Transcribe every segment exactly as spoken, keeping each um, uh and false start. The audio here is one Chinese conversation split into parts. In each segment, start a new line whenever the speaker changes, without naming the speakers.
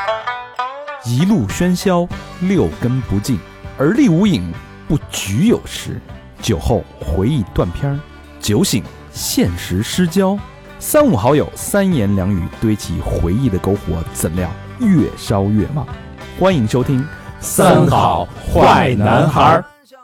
一路喧嚣，六根不净，而立无影，不局有时。酒后回忆断片，酒醒现实失焦。三五好友，三言两语堆起回忆的篝火，怎料越烧越旺。欢迎收听
三好坏男孩。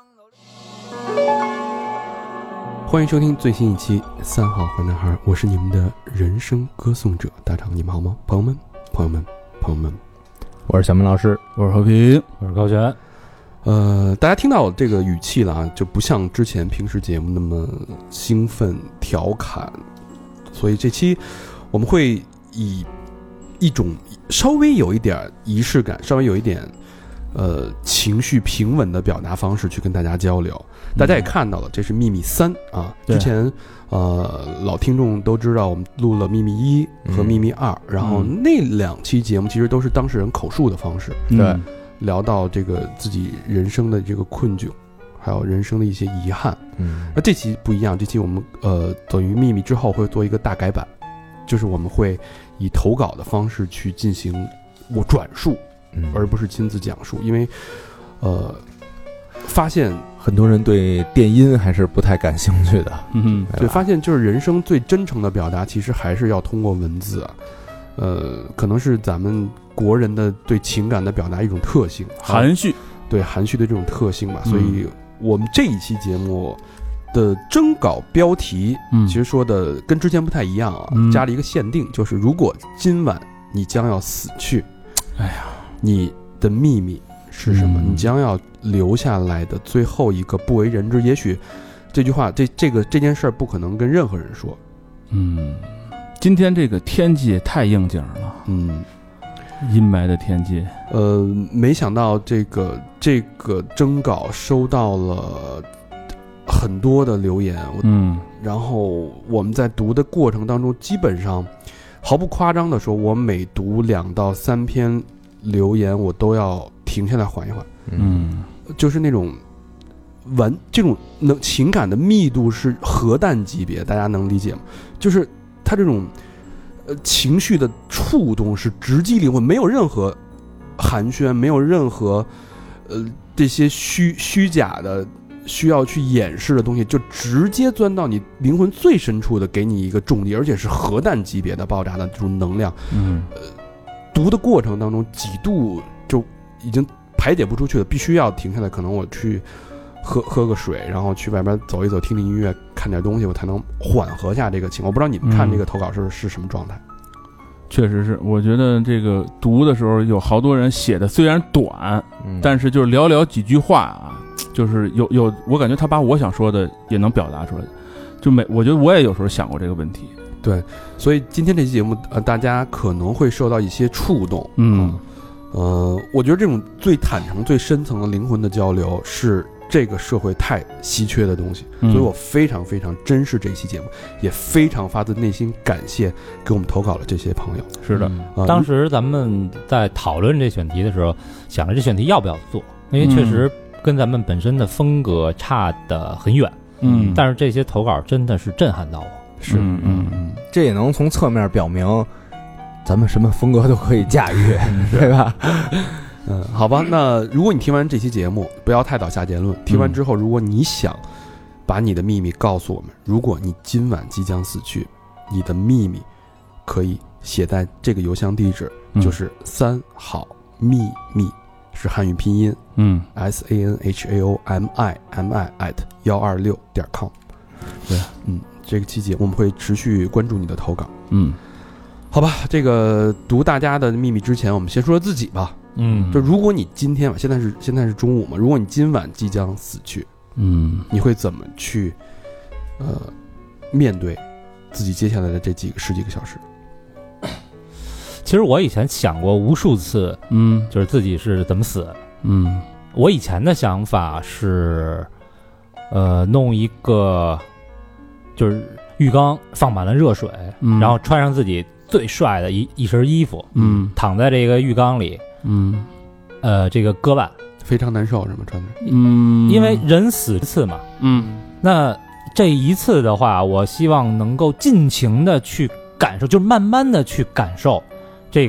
欢迎收听最新一期三好坏男孩，我是你们的人生歌颂者大长，你们好吗？朋友们朋友们朋友们，
我是小明老师，
我是和平，
我是高璇。
呃，大家听到这个语气了啊，就不像之前平时节目那么兴奋调侃，所以这期我们会以一种稍微有一点仪式感，稍微有一点呃情绪平稳的表达方式去跟大家交流。大家也看到了，这是秘密三啊。之前呃老听众都知道，我们录了秘密一和秘密二、嗯，然后那两期节目其实都是当事人口述的方式，
对、嗯，
聊到这个自己人生的这个困窘，还有人生的一些遗憾。嗯，那这期不一样，这期我们呃等于秘密之后会做一个大改版，就是我们会以投稿的方式去进行我转述，嗯，而不是亲自讲述，因为呃发现
很多人对电音还是不太感兴趣的。
嗯，对，发现就是人生最真诚的表达，其实还是要通过文字啊。呃，可能是咱们国人的对情感的表达一种特性，
含蓄，
对含蓄的这种特性吧。所以我们这一期节目的征稿标题，嗯，其实说的跟之前不太一样啊，嗯、加了一个限定，就是如果今晚你将要死去，
哎呀，
你的秘密是什么？嗯、你将要留下来的最后一个不为人知。也许这句话，这这个这件事儿不可能跟任何人说。
嗯，今天这个天气也太应景了。
嗯，
阴霾的天气。
呃，没想到这个这个征稿收到了很多的留言。
嗯，
然后我们在读的过程当中，基本上毫不夸张的说，我每读两到三篇留言，我都要停下来缓一缓。
嗯，
就是那种完这种能情感的密度是核弹级别，大家能理解吗？就是他这种呃情绪的触动是直击灵魂，没有任何寒暄，没有任何呃这些虚虚假的需要去掩饰的东西，就直接钻到你灵魂最深处的，给你一个重击，而且是核弹级别的爆炸的这种能量。
嗯，
呃，读的过程当中几度就已经排解不出去了，必须要停下来，可能我去喝喝个水，然后去外边走一走，听听音乐，看点东西，我才能缓和下这个情况。我不知道你们看这个投稿是、嗯、是什么状态？
确实是，我觉得这个读的时候有好多人写的虽然短，嗯、但是就是寥寥几句话啊，就是有有，我感觉他把我想说的也能表达出来。就每我觉得我也有时候想过这个问题。
对，所以今天这期节目，呃，大家可能会受到一些触动。
嗯。
呃，我觉得这种最坦诚、最深层的灵魂的交流是这个社会太稀缺的东西，嗯、所以我非常非常珍视这一期节目，也非常发自内心感谢给我们投稿的这些朋友。
是的，嗯呃、当时咱们在讨论这选题的时候，想着这选题要不要做，因为确实跟咱们本身的风格差得很远。嗯，但是这些投稿真的是震撼到我。
是，嗯嗯嗯，
这也能从侧面表明。咱们什么风格都可以驾驭，对吧？
嗯，好吧。那如果你听完这期节目，不要太早下结论。听完之后，如果你想把你的秘密告诉我们，如果你今晚即将死去，你的秘密可以写在这个邮箱地址，嗯、就是三好秘密，是汉语拼音，
嗯
，S A N H A O M I M I at 幺二六点 com。
对，
嗯，这个期节我们会持续关注你的投稿，
嗯。
好吧，这个读大家的秘密之前，我们先说自己吧。
嗯，
就如果你今天晚现在是现在是中午嘛，如果你今晚即将死去，
嗯，
你会怎么去呃面对自己接下来的这几个十几个小时？
其实我以前想过无数次，
嗯，
就是自己是怎么死。
嗯，
我以前的想法是，呃，弄一个就是浴缸放满了热水，
嗯、
然后穿上自己最帅的一一身衣服，
嗯，
躺在这个浴缸里，
嗯，
呃，这个割腕
非常难受，是吗？穿的，
嗯，因为人死一次嘛，
嗯，
那这一次的话，我希望能够尽情的去感受，就是慢慢的去感受这个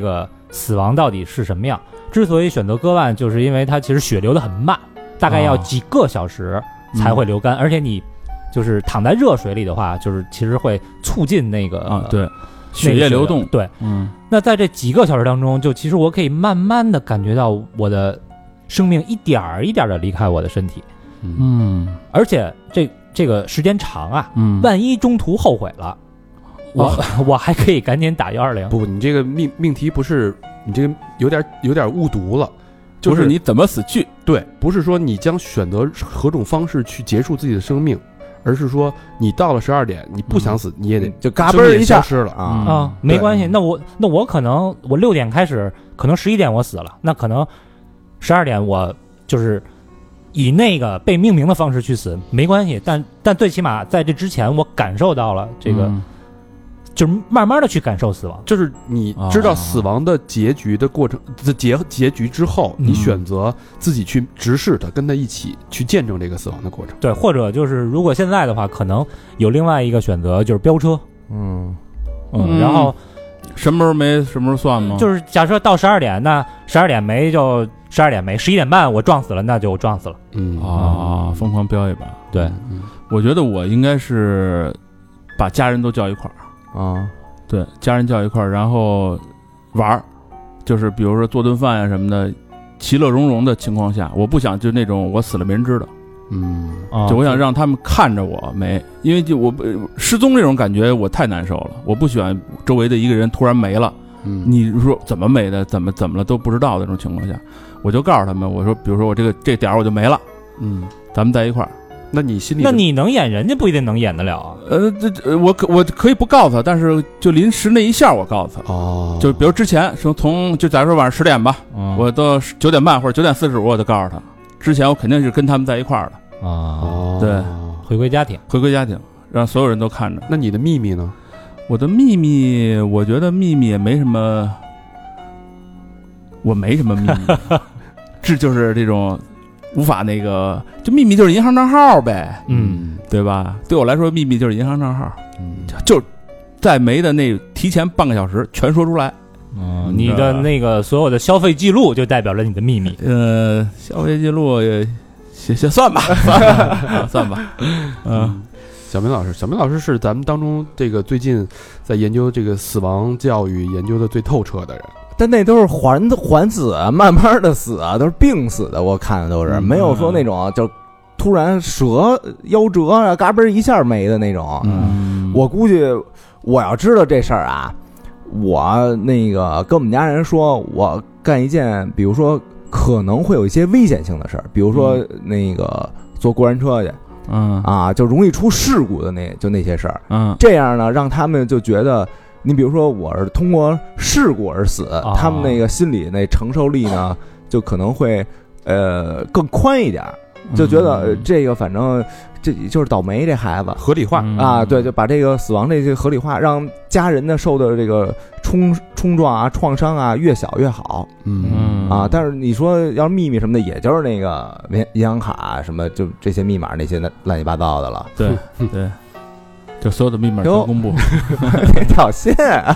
死亡到底是什么样。之所以选择割腕，就是因为它其实血流得很慢，大概要几个小时才会流干，
嗯、
而且你就是躺在热水里的话，就是其实会促进那个
啊，对，血液流动。
对，
嗯，
那在这几个小时当中，就其实我可以慢慢的感觉到我的生命一点儿一点的离开我的身体。
嗯，
而且这这个时间长啊，
嗯，
万一中途后悔了，我、哦、我还可以赶紧打一二零。
不，你这个命命题不是你这个有点有点误读了，就是、
不是你怎么死去？
对，不是说你将选择何种方式去结束自己的生命，而是说你到了十二点，你不想死，嗯、你也得
就嘎嘣一下
消失了
啊
啊，没关系。那我那我可能我六点开始，可能十一点我死了，那可能十二点我就是以那个被命名的方式去死，没关系。但但最起码在这之前，我感受到了这个。嗯，就是慢慢的去感受死亡，
就是你知道死亡的结局的过程的结结局之后，
嗯、
你选择自己去直视它，跟他一起去见证这个死亡的过程。
对，或者就是如果现在的话，可能有另外一个选择，就是飙车。
嗯
嗯，然后
什么时候没什么时候算吗？
就是假设到十二点，那十二点没就十二点没，十一点半我撞死了，那就撞死了。
嗯啊，疯狂飙一把。
对，
嗯，我觉得我应该是把家人都叫一块儿。
啊，
对，家人叫一块儿，然后玩儿，就是比如说做顿饭呀、啊、什么的，其乐融融的情况下，我不想就那种我死了没人知道，
嗯，
就我想让他们看着我没，因为就我失踪这种感觉我太难受了，我不喜欢周围的一个人突然没了，
嗯，
你说怎么没的，怎么怎么了都不知道的这种情况下，我就告诉他们，我说，比如说我这个这点儿我就没了，
嗯，
咱们在一块儿。
那你心里，
那你能演，人家不一定能演得了啊。
呃，这我可我可以不告诉他，但是就临时那一下我告诉他。
哦，
就比如之前说从就假如说晚上十点吧，
嗯、
我到九点半或者九点四十五我就告诉他，之前我肯定是跟他们在一块儿的
啊。
哦，
对，
回归家庭，
回归家庭，让所有人都看着。
那你的秘密呢？
我的秘密，我觉得秘密也没什么，我没什么秘密，这就是这种。无法那个，就秘密就是银行账号呗，
嗯，
对吧？对我来说，秘密就是银行账号，
嗯，
就在没的那提前半个小时全说出来。
嗯，你的那个所有的消费记录就代表了你的秘密。
呃，消费记录也先先算吧，算吧，算吧。嗯，
小明老师，小明老师是咱们当中这个最近在研究这个死亡教育研究的最透彻的人。
但那都是缓缓死啊，慢慢的死啊，都是病死的，我看的都是、嗯、没有说那种就突然折夭折啊，嘎嘣一下没的那种。
嗯，
我估计我要知道这事儿啊，我那个跟我们家人说，我干一件，比如说可能会有一些危险性的事儿，比如说那个坐过山车去，
嗯
啊，就容易出事故的那就那些事儿，
嗯，
这样呢，让他们就觉得。你比如说我是通过事故而死、哦、他们那个心理那承受力呢就可能会呃更宽一点，就觉得这个反正这就是倒霉，这孩子
合理化、
嗯、啊，对，就把这个死亡这些合理化，让家人呢受的这个冲冲撞啊创伤啊越小越好。
嗯
啊，但是你说要是秘密什么的，也就是那个银行卡什么就这些密码那些乱七八糟的了。
对对，就所有的密码全公布，
挑衅。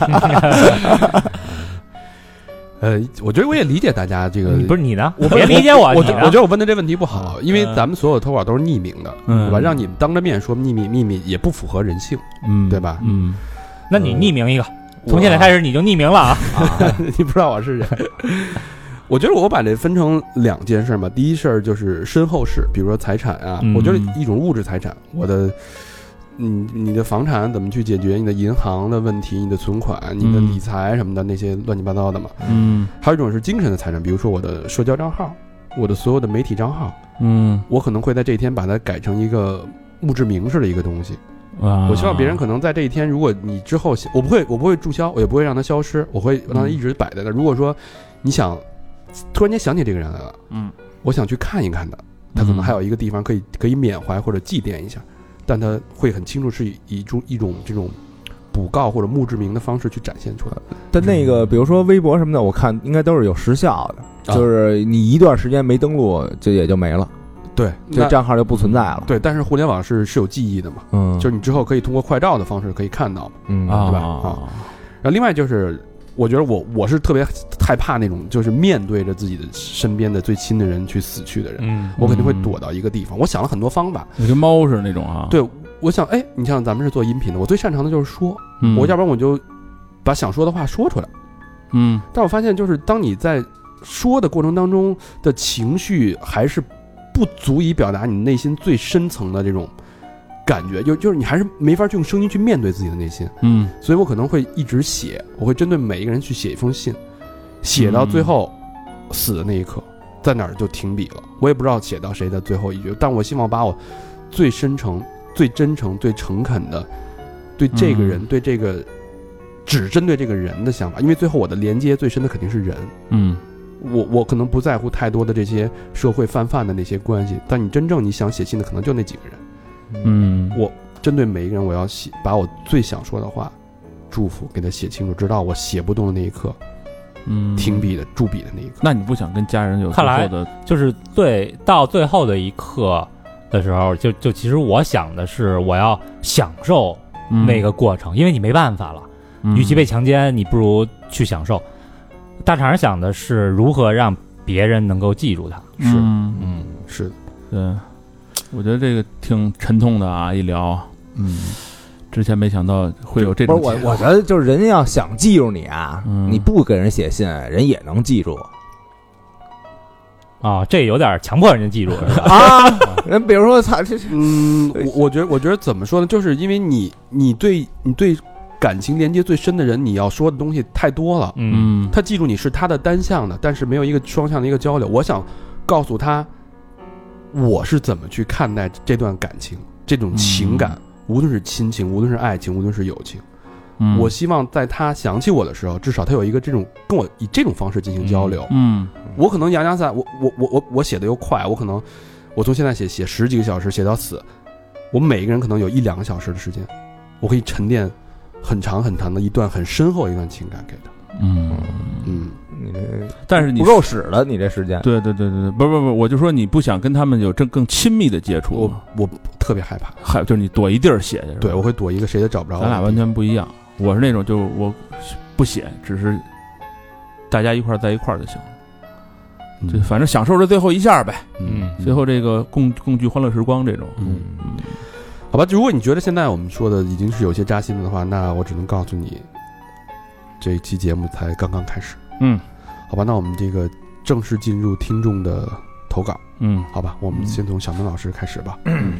呃，我觉得我也理解大家这个，
嗯、不是你呢？
我
别理解我，
我我觉得我问的这问题不好，因为
嗯、
咱们所有投稿都是匿名的，
嗯，
对吧？让你们当着面说秘密，秘密也不符合人性，
嗯，
对吧？
嗯，
那你匿名一个，从现在开始你就匿名了啊！
啊你不知道我是谁。我觉得我把这分成两件事嘛，第一事儿就是身后事，比如说财产啊，
嗯、
我觉得一种物质财产，我的。嗯，你的房产怎么去解决？你的银行的问题，你的存款，你的理财什么的、嗯、那些乱七八糟的嘛。
嗯，
还有一种是精神的财产，比如说我的社交账号，我的所有的媒体账号，
嗯，
我可能会在这一天把它改成一个墓志铭式的一个东西。
啊，
我希望别人可能在这一天，如果你之后，我不会，我不会注销，我也不会让它消失，我会让它一直摆在那。如果说你想突然间想起这个人来了，
嗯，
我想去看一看他，他可能还有一个地方可以可以缅怀或者祭奠一下。但它会很清楚是以一种一种这种补告或者墓志铭的方式去展现出来。
但那个比如说微博什么的，我看应该都是有时效的，
啊、
就是你一段时间没登录，就也就没了。
对，
这账号就不存在了。
对，但是互联网是是有记忆的嘛，
嗯，
就是你之后可以通过快照的方式可以看到嘛，
嗯，
对吧？啊，然后另外就是我觉得我我是特别害怕那种就是面对着自己的身边的最亲的人去死去的人，嗯，我肯定会躲到一个地方。我想了很多方法，
你跟猫似的那种啊。
对，我想，哎，你像咱们是做音频的，我最擅长的就是说，
嗯、
我要不然我就把想说的话说出来，
嗯。
但我发现就是当你在说的过程当中的情绪还是不足以表达你内心最深层的这种感觉，就就是你还是没法用声音去面对自己的内心，
嗯，
所以我可能会一直写，我会针对每一个人去写一封信，写到最后、嗯、死的那一刻，在哪儿就停笔了。我也不知道写到谁的最后一句，但我希望把我最深诚、最真诚、最诚恳的对这个人、嗯、对这个只针对这个人的想法，因为最后我的连接最深的肯定是人，
嗯。
我我可能不在乎太多的这些社会泛泛的那些关系，但你真正你想写信的可能就那几个人。
嗯，
我针对每一个人，我要写，把我最想说的话，祝福给他写清楚，直到我写不动的那一刻，
嗯，
停笔的驻笔的那一刻。
那你不想跟家人有
看来就是最到最后的一刻的时候，就就其实我想的是，我要享受那个过程，嗯、因为你没办法了，
嗯、
与其被强奸，你不如去享受。大肠想的是如何让别人能够记住他，
是，
嗯，
嗯是的，
对，我觉得这个挺沉痛的啊，一聊，
嗯，
之前没想到会有这种。
不是我，我觉得就是人家要想记住你啊，
嗯、
你不给人写信，人也能记住。
啊、哦，这有点强迫人家记住
啊！人比如说，他这，
嗯，我我觉得，我觉得怎么说呢？就是因为你，你对你对感情连接最深的人，你要说的东西太多了。
嗯，
他记住你是他的单向的，但是没有一个双向的一个交流。我想告诉他，我是怎么去看待这段感情，这种情感，嗯、无论是亲情，无论是爱情，无论是友情。嗯，我希望在他想起我的时候，至少他有一个这种跟我以这种方式进行交流。
嗯，
嗯我可能洋洋洒，我我我我我写的又快，我可能我从现在写写十几个小时写到死，我每一个人可能有一两个小时的时间，我可以沉淀很长很长的一段很深厚一段情感给他。
嗯
嗯，
你这
但是你
不够使了，你这时间。
对对对对对，不不不，我就说你不想跟他们有更更亲密的接触，
我我特别害怕，
害就是你躲一地儿写去，
对，我会躲一个谁也找不着。
咱俩完全不一样。我是那种就我不写，只是大家一块儿在一块儿就行了，嗯、就反正享受着最后一下呗。
嗯，
最后这个共共聚欢乐时光这种。
嗯嗯，好吧，如果你觉得现在我们说的已经是有些扎心的话，那我只能告诉你，这一期节目才刚刚开始。
嗯，
好吧，那我们这个正式进入听众的投稿。
嗯，
好吧，我们先从小明老师开始吧。
嗯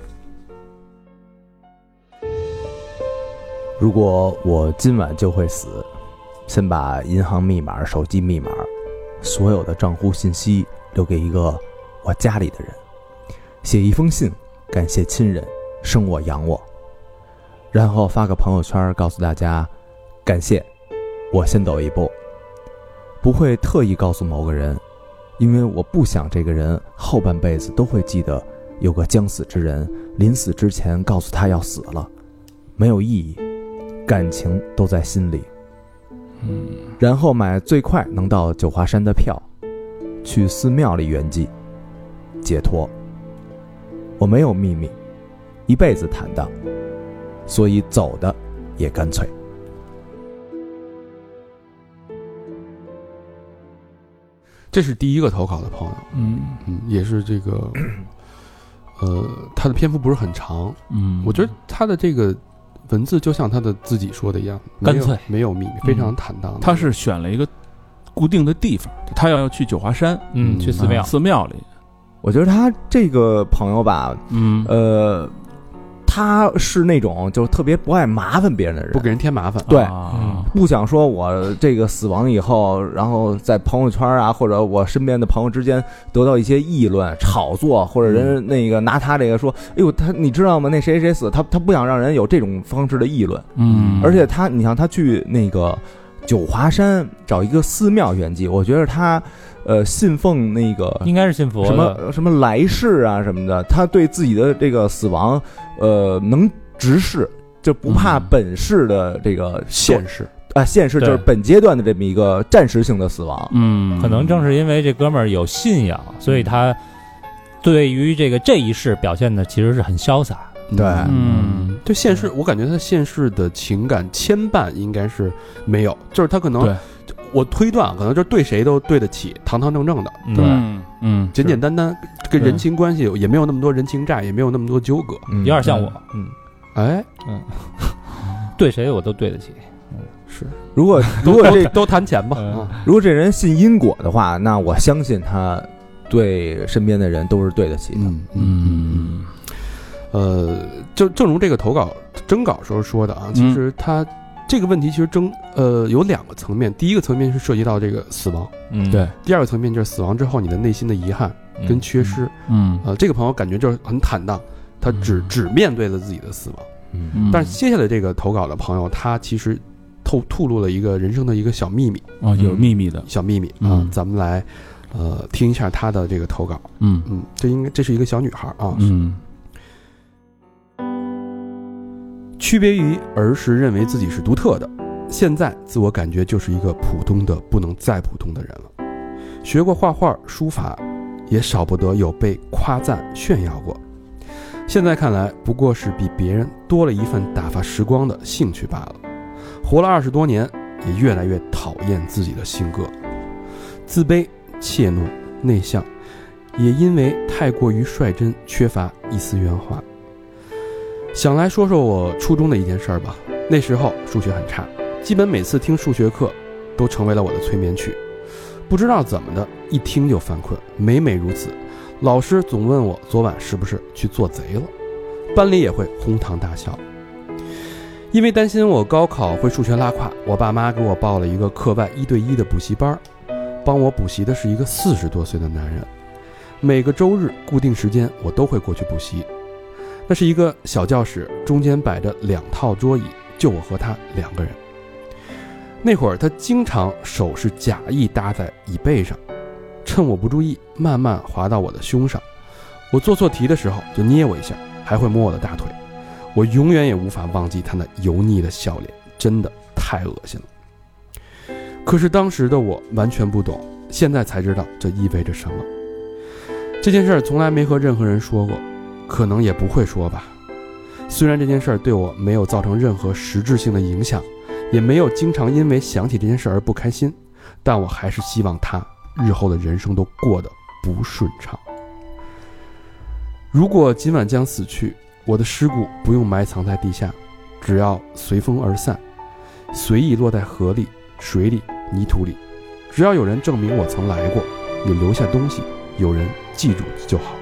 如果我今晚就会死，先把银行密码、手机密码、所有的账户信息留给一个我家里的人，写一封信感谢亲人生我养我，然后发个朋友圈告诉大家感谢，我先走一步。不会特意告诉某个人，因为我不想这个人后半辈子都会记得有个将死之人临死之前告诉他要死了，没有意义，感情都在心里。
嗯，
然后买最快能到九华山的票，去寺庙里圆寂，解脱。我没有秘密，一辈子坦荡，所以走的也干脆。
这是第一个投稿的朋友，
嗯
嗯，也是这个，呃，他的篇幅不是很长，
嗯，
我觉得他的这个文字就像他的自己说的一样，
干脆
没有秘密，非常坦荡的。
他是选了一个固定的地方，他要要去九华山，
嗯，去寺庙，
寺庙里。
我觉得他这个朋友吧，
嗯，
呃，他是那种就特别不爱麻烦别人的人，
不给人添麻烦，
对，
啊、
不想说我这个死亡以后，然后在朋友圈啊或者我身边的朋友之间得到一些议论、炒作，或者人那个拿他这个说，哎呦，他你知道吗？那谁谁死，他他不想让人有这种方式的议论，
嗯，
而且他，你像他去那个九华山找一个寺庙圆寂，我觉得他。呃，信奉那个
应该是信佛
什么什么来世啊什么的，他对自己的这个死亡，呃，能直视，就不怕本世的这个
现世
啊，现世就是本阶段的这么一个暂时性的死亡。
嗯，
可能正是因为这哥们儿有信仰，所以他对于这个这一世表现的其实是很潇洒。
对，
嗯，
对现世，我感觉他现世的情感牵绊应该是没有，就是他可能，我推断可能就是对谁都对得起，堂堂正正的，
对，嗯，
简简单单，跟人情关系也没有那么多人情债，也没有那么多纠葛，
有点像我，
嗯，哎，
嗯，对谁我都对得起，
嗯，是，
如果如果这
都谈钱吧，
嗯，如果这人信因果的话，那我相信他对身边的人都是对得起的，
嗯嗯。呃，就正如这个投稿征稿时候说的啊，其实他、嗯、这个问题其实征呃有两个层面，第一个层面是涉及到这个死亡，
嗯，对；
第二个层面就是死亡之后你的内心的遗憾跟缺失，
嗯，
呃，这个朋友感觉就是很坦荡，他只、嗯、只面对了自己的死亡，
嗯，
但是接下来这个投稿的朋友，他其实透吐露了一个人生的一个小秘密，
哦，有秘密的
小秘密啊、
嗯，
咱们来呃听一下他的这个投稿，
嗯
嗯，这应该这是一个小女孩啊，
嗯。
区别于儿时认为自己是独特的，现在自我感觉就是一个普通的不能再普通的人了。学过画画书法，也少不得有被夸赞炫耀过，现在看来不过是比别人多了一份打发时光的兴趣罢了。活了二十多年，也越来越讨厌自己的性格，自卑、怯懦、内向，也因为太过于率真，缺乏一丝圆滑。想来说说我初中的一件事儿吧。那时候数学很差，基本每次听数学课都成为了我的催眠曲。不知道怎么的，一听就犯困，每每如此。老师总问我昨晚是不是去做贼了，班里也会哄堂大笑。因为担心我高考会数学拉胯，我爸妈给我报了一个课外一对一的补习班，帮我补习的是一个四十多岁的男人。每个周日固定时间我都会过去补习。那是一个小教室，中间摆着两套桌椅，就我和他两个人。那会儿他经常手是假意搭在椅背上，趁我不注意慢慢滑到我的胸上，我做错题的时候就捏我一下，还会摸我的大腿。我永远也无法忘记他那油腻的笑脸，真的太恶心了。可是当时的我完全不懂，现在才知道这意味着什么。这件事从来没和任何人说过，可能也不会说吧。虽然这件事对我没有造成任何实质性的影响，也没有经常因为想起这件事而不开心，但我还是希望他日后的人生都过得不顺畅。如果今晚将死去，我的尸骨不用埋藏在地下，只要随风而散，随意落在河里、水里、泥土里，只要有人证明我曾来过，有留下东西，有人记住就好。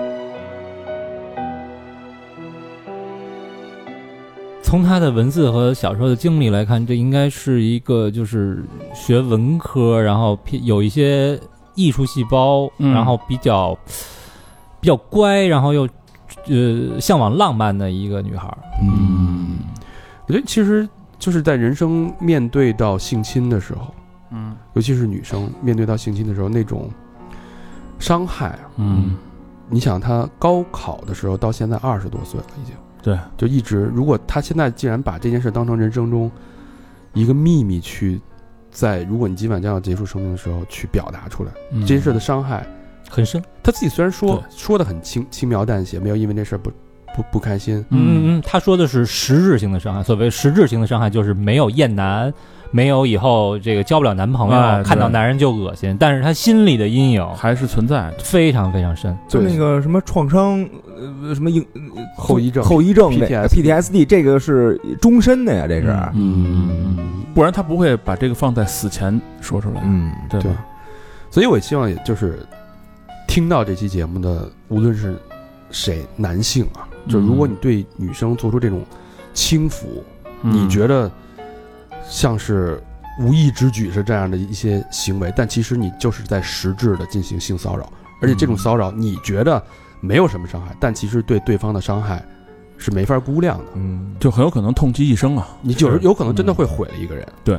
从他的文字和小时候的经历来看，这应该是一个就是学文科，然后有一些艺术细胞，嗯、然后比较比较乖，然后又呃向往浪漫的一个女孩。
嗯，我觉得其实就是在人生面对到性侵的时候，嗯，尤其是女生面对到性侵的时候，那种伤害啊，
嗯，
你想她高考的时候到现在二十多岁了，已经。
对，
就一直，如果他现在既然把这件事当成人生中一个秘密去，在如果你今晚将要结束生命的时候去表达出来，嗯、这件事的伤害
很深。
他自己虽然说说的很轻轻描淡写，没有因为这事不不不开心。
嗯嗯，他说的是实质性的伤害。所谓实质性的伤害，就是没有厌男，没有以后这个交不了男朋友，哎、看到男人就恶心，但是他心里的阴影
还是存在，
非常非常深。
就那个什么创伤，呃，什么影
后遗症，
后遗症
P T S D，
P T S D 这个是终身的呀，这是，
嗯，不然他不会把这个放在死前说出来，
嗯，
对吧？
对，所以我希望也就是听到这期节目的，无论是谁，男性啊，就如果你对女生做出这种轻浮，嗯、你觉得像是无意之举是这样的一些行为，但其实你就是在实质的进行性骚扰，而且这种骚扰你觉得没有什么伤害，但其实对对方的伤害是没法估量的，
嗯，就很有可能痛击一生啊，
你就是有可能真的会毁了一个人。
嗯、对，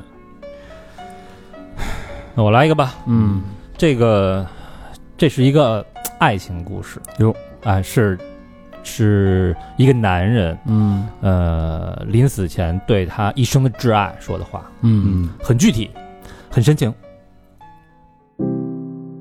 那我来一个吧，
嗯，
这个这是一个爱情故事，
哟，
哎，是是一个男人，
嗯，
呃，临死前对他一生的挚爱说的话，
嗯，
很具体，很深情。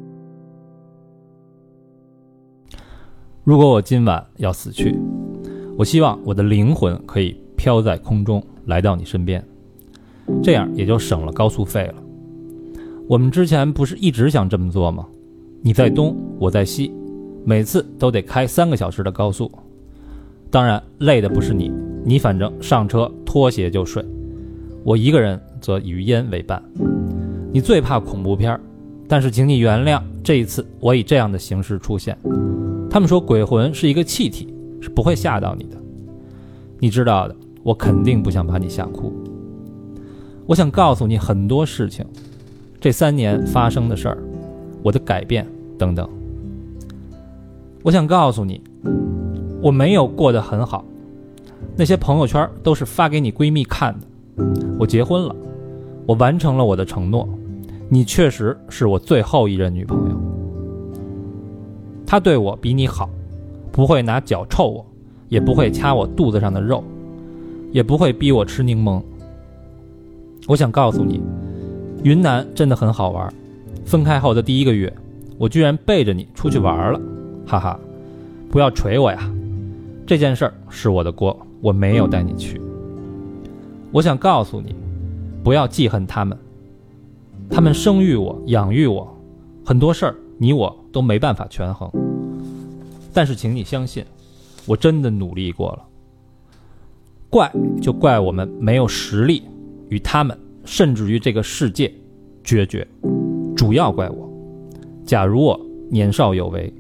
如果我今晚要死去， 我希望我的灵魂可以飘在空中来到你身边，这样也就省了高速费了。我们之前不是一直想这么做吗？你在东，我在西，每次都得开三个小时的高速。当然累的不是你，你反正上车脱鞋就睡，我一个人则与烟为伴。你最怕恐怖片，但是请你原谅，这一次我以这样的形式出现。他们说鬼魂是一个气体，是不会吓到你的。你知道的，我肯定不想把你吓哭。我想告诉你很多事情，这三年发生的事儿，我的改变等等。我想告诉你，我没有过得很好，那些朋友圈都是发给你闺蜜看的。我结婚了，我完成了我的承诺，你确实是我最后一任女朋友。她对我比你好，不会拿脚臭我，也不会掐我肚子上的肉，也不会逼我吃柠檬。我想告诉你，云南真的很好玩，分开后的第一个月，我居然背着你出去玩了，哈哈，不要捶我呀，这件事儿是我的锅，我没有带你去。我想告诉你，不要记恨他们，他们生育我，养育我，很多事儿你我都没办法权衡，但是请你相信，我真的努力过了。怪就怪我们没有实力与他们甚至于这个世界决绝，主要怪我。假如我年少有为。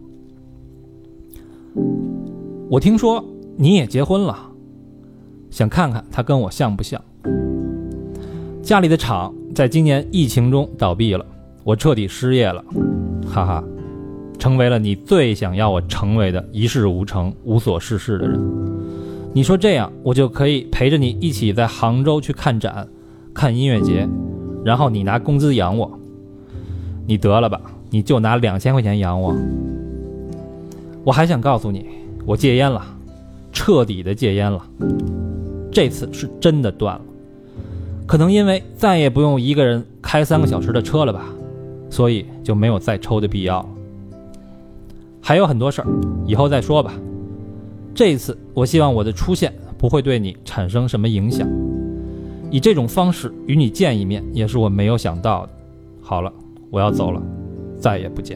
我听说你也结婚了，想看看他跟我像不像。家里的厂在今年疫情中倒闭了，我彻底失业了，哈哈，成为了你最想要我成为的一事无成无所事事的人。你说这样我就可以陪着你一起在杭州去看展看音乐节，然后你拿工资养我。你得了吧，你就拿两千块钱养我。我还想告诉你，我戒烟了，彻底的戒烟了，这次是真的断了。可能因为再也不用一个人开三个小时的车了吧，所以就没有再抽的必要了。还有很多事儿，以后再说吧。这一次我希望我的出现不会对你产生什么影响，以这种方式与你见一面也是我没有想到的。好了，我要走了，再也不见。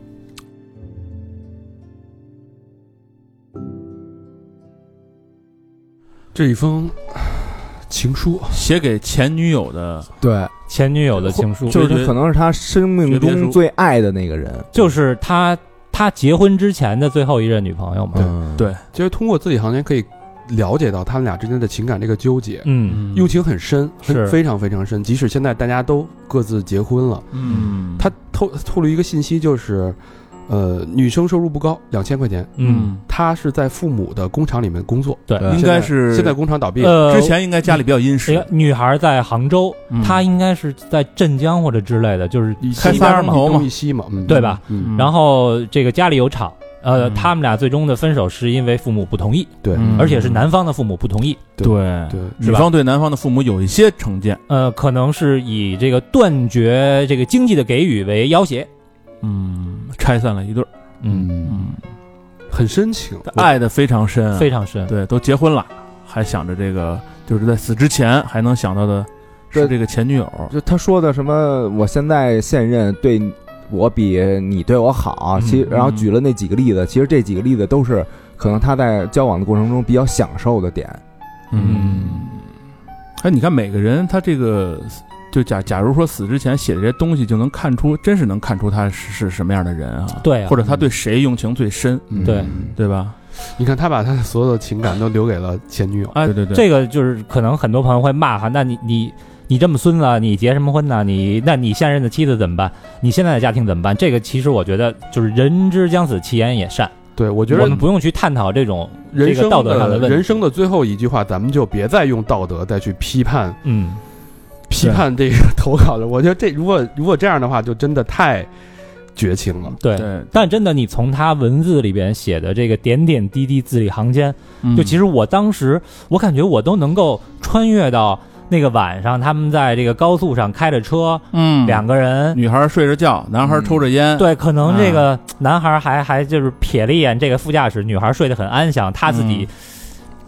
这一封情书
写给前女友的，
对，
前女友的情书，
就是可能是他生命中最爱的那个人，
就是他他结婚之前的最后一任女朋友嘛。
嗯、
对，
其实通过字里行间可以了解到他们俩之间的情感这个纠结，
嗯，
用情很深，很
是
非常非常深。即使现在大家都各自结婚了，
嗯，
他透透露一个信息，就是呃，女生收入不高，两千块钱。
嗯，
她是在父母的工厂里面工作，
对，
应该是
现在工厂倒闭了。
呃，
之前应该家里比较殷实。
女孩在杭州，
嗯、
她应该是在镇江或者之类的，就是
开
西边嘛，
东
一西嘛，嗯、
对吧？
嗯、
然后这个家里有厂，呃、
嗯，
他们俩最终的分手是因为父母不同意，
对，
嗯、
而且是男方的父母不同意，
对
对，
女方对男方的父母有一些成见，
呃，可能是以这个断绝这个经济的给予为要挟，
嗯，拆散了一对儿。
嗯嗯，很深情，
爱的非常深，
非常深。
对，都结婚了，还想着这个，就是在死之前还能想到的是这个前女友。
就他说的什么，我现在现任对我比你对我好，其实然后举了那几个例子，其实这几个例子都是可能他在交往的过程中比较享受的点。
嗯，哎，你看每个人他这个。就假假如说死之前写的这些东西，就能看出，真是能看出他是是什么样的人啊？
对啊，
或者他对谁用情最深？
嗯、
对
对吧？
你看他把他所有的情感都留给了前女友。
啊，
对对对，
这个就是可能很多朋友会骂哈，那你你你这么孙子，你结什么婚呢？你那你现任的妻子怎么办？你现在的家庭怎么办？这个其实我觉得就是人之将死，其言也善。
对，我觉得
我们不用去探讨这种
人生
这个道德上的问题。
人生的最后一句话，咱们就别再用道德再去批判。
嗯。
批判这个投稿的，我觉得这如果如果这样的话，就真的太绝情了。
对，
对
但真的你从他文字里边写的这个点点滴滴、字里行间，
嗯、
就其实我当时我感觉我都能够穿越到那个晚上，他们在这个高速上开着车，
嗯，
两个人，
女孩睡着觉，男孩抽着烟，
嗯、对，可能这个男孩还、嗯、还就是瞥了一眼这个副驾驶，女孩睡得很安详，他自己。
嗯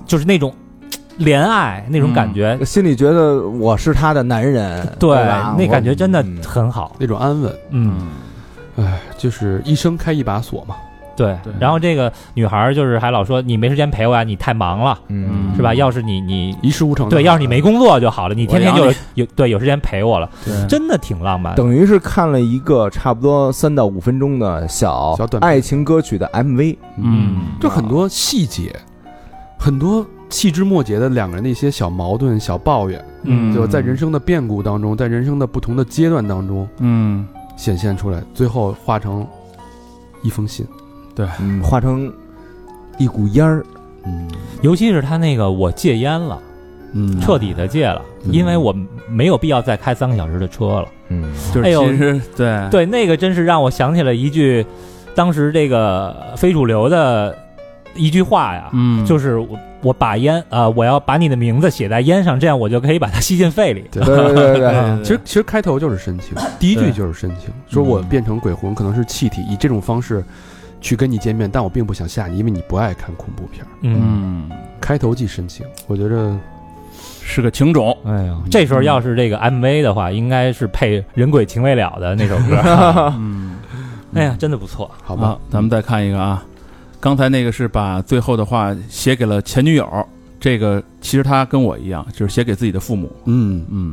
就是那种怜爱那种感觉，
心里觉得我是他的男人，
对，
对吧
那感觉真的很好，
那种安稳。
嗯，
哎，就是一生开一把锁嘛。
对，
对
然后这个女孩就是还老说你没时间陪我呀，你太忙了，
嗯，
是吧？要是你你
一事无成，
对，要是你没工作就好了，你天天就有
我养
有对有时间陪我了，
对
真的挺浪漫的。
等于是看了一个差不多三到五分钟的小
小短片
爱情歌曲的 M V，
嗯，
就很多细节，很多细枝末节的两个人的一些小矛盾、小抱怨，
嗯
就在人生的变故当中，在人生的不同的阶段当中，
嗯，
显现出来，最后化成一封信。
对，
嗯，化成一股烟儿，
嗯
尤其是他那个我戒烟了，
嗯
彻底的戒了，
嗯
因为我没有必要再开三个小时的车了。
嗯，
就是
哎呦
其实对
对，那个真是让我想起了一句，当时这个非主流的一句话呀，
嗯，
就是我我把烟啊、呃，我要把你的名字写在烟上，这样我就可以把它吸进肺里。
对
对对对对，
嗯
其实其实开头就是深情，第一句就是深情，说我变成鬼魂可能是气体，以这种方式去跟你见面，但我并不想吓你，因为你不爱看恐怖片。
嗯，
嗯，
开头即深情，我觉着
是个情种，
哎呦，这时候要是这个 M V 的话，应该是配《人鬼情未了》的那首歌。
嗯，
哎呀，真的不错。
好吧。
好，咱们再看一个啊，刚才那个是把最后的话写给了前女友，这个其实他跟我一样，就是写给自己的父母。
嗯
嗯，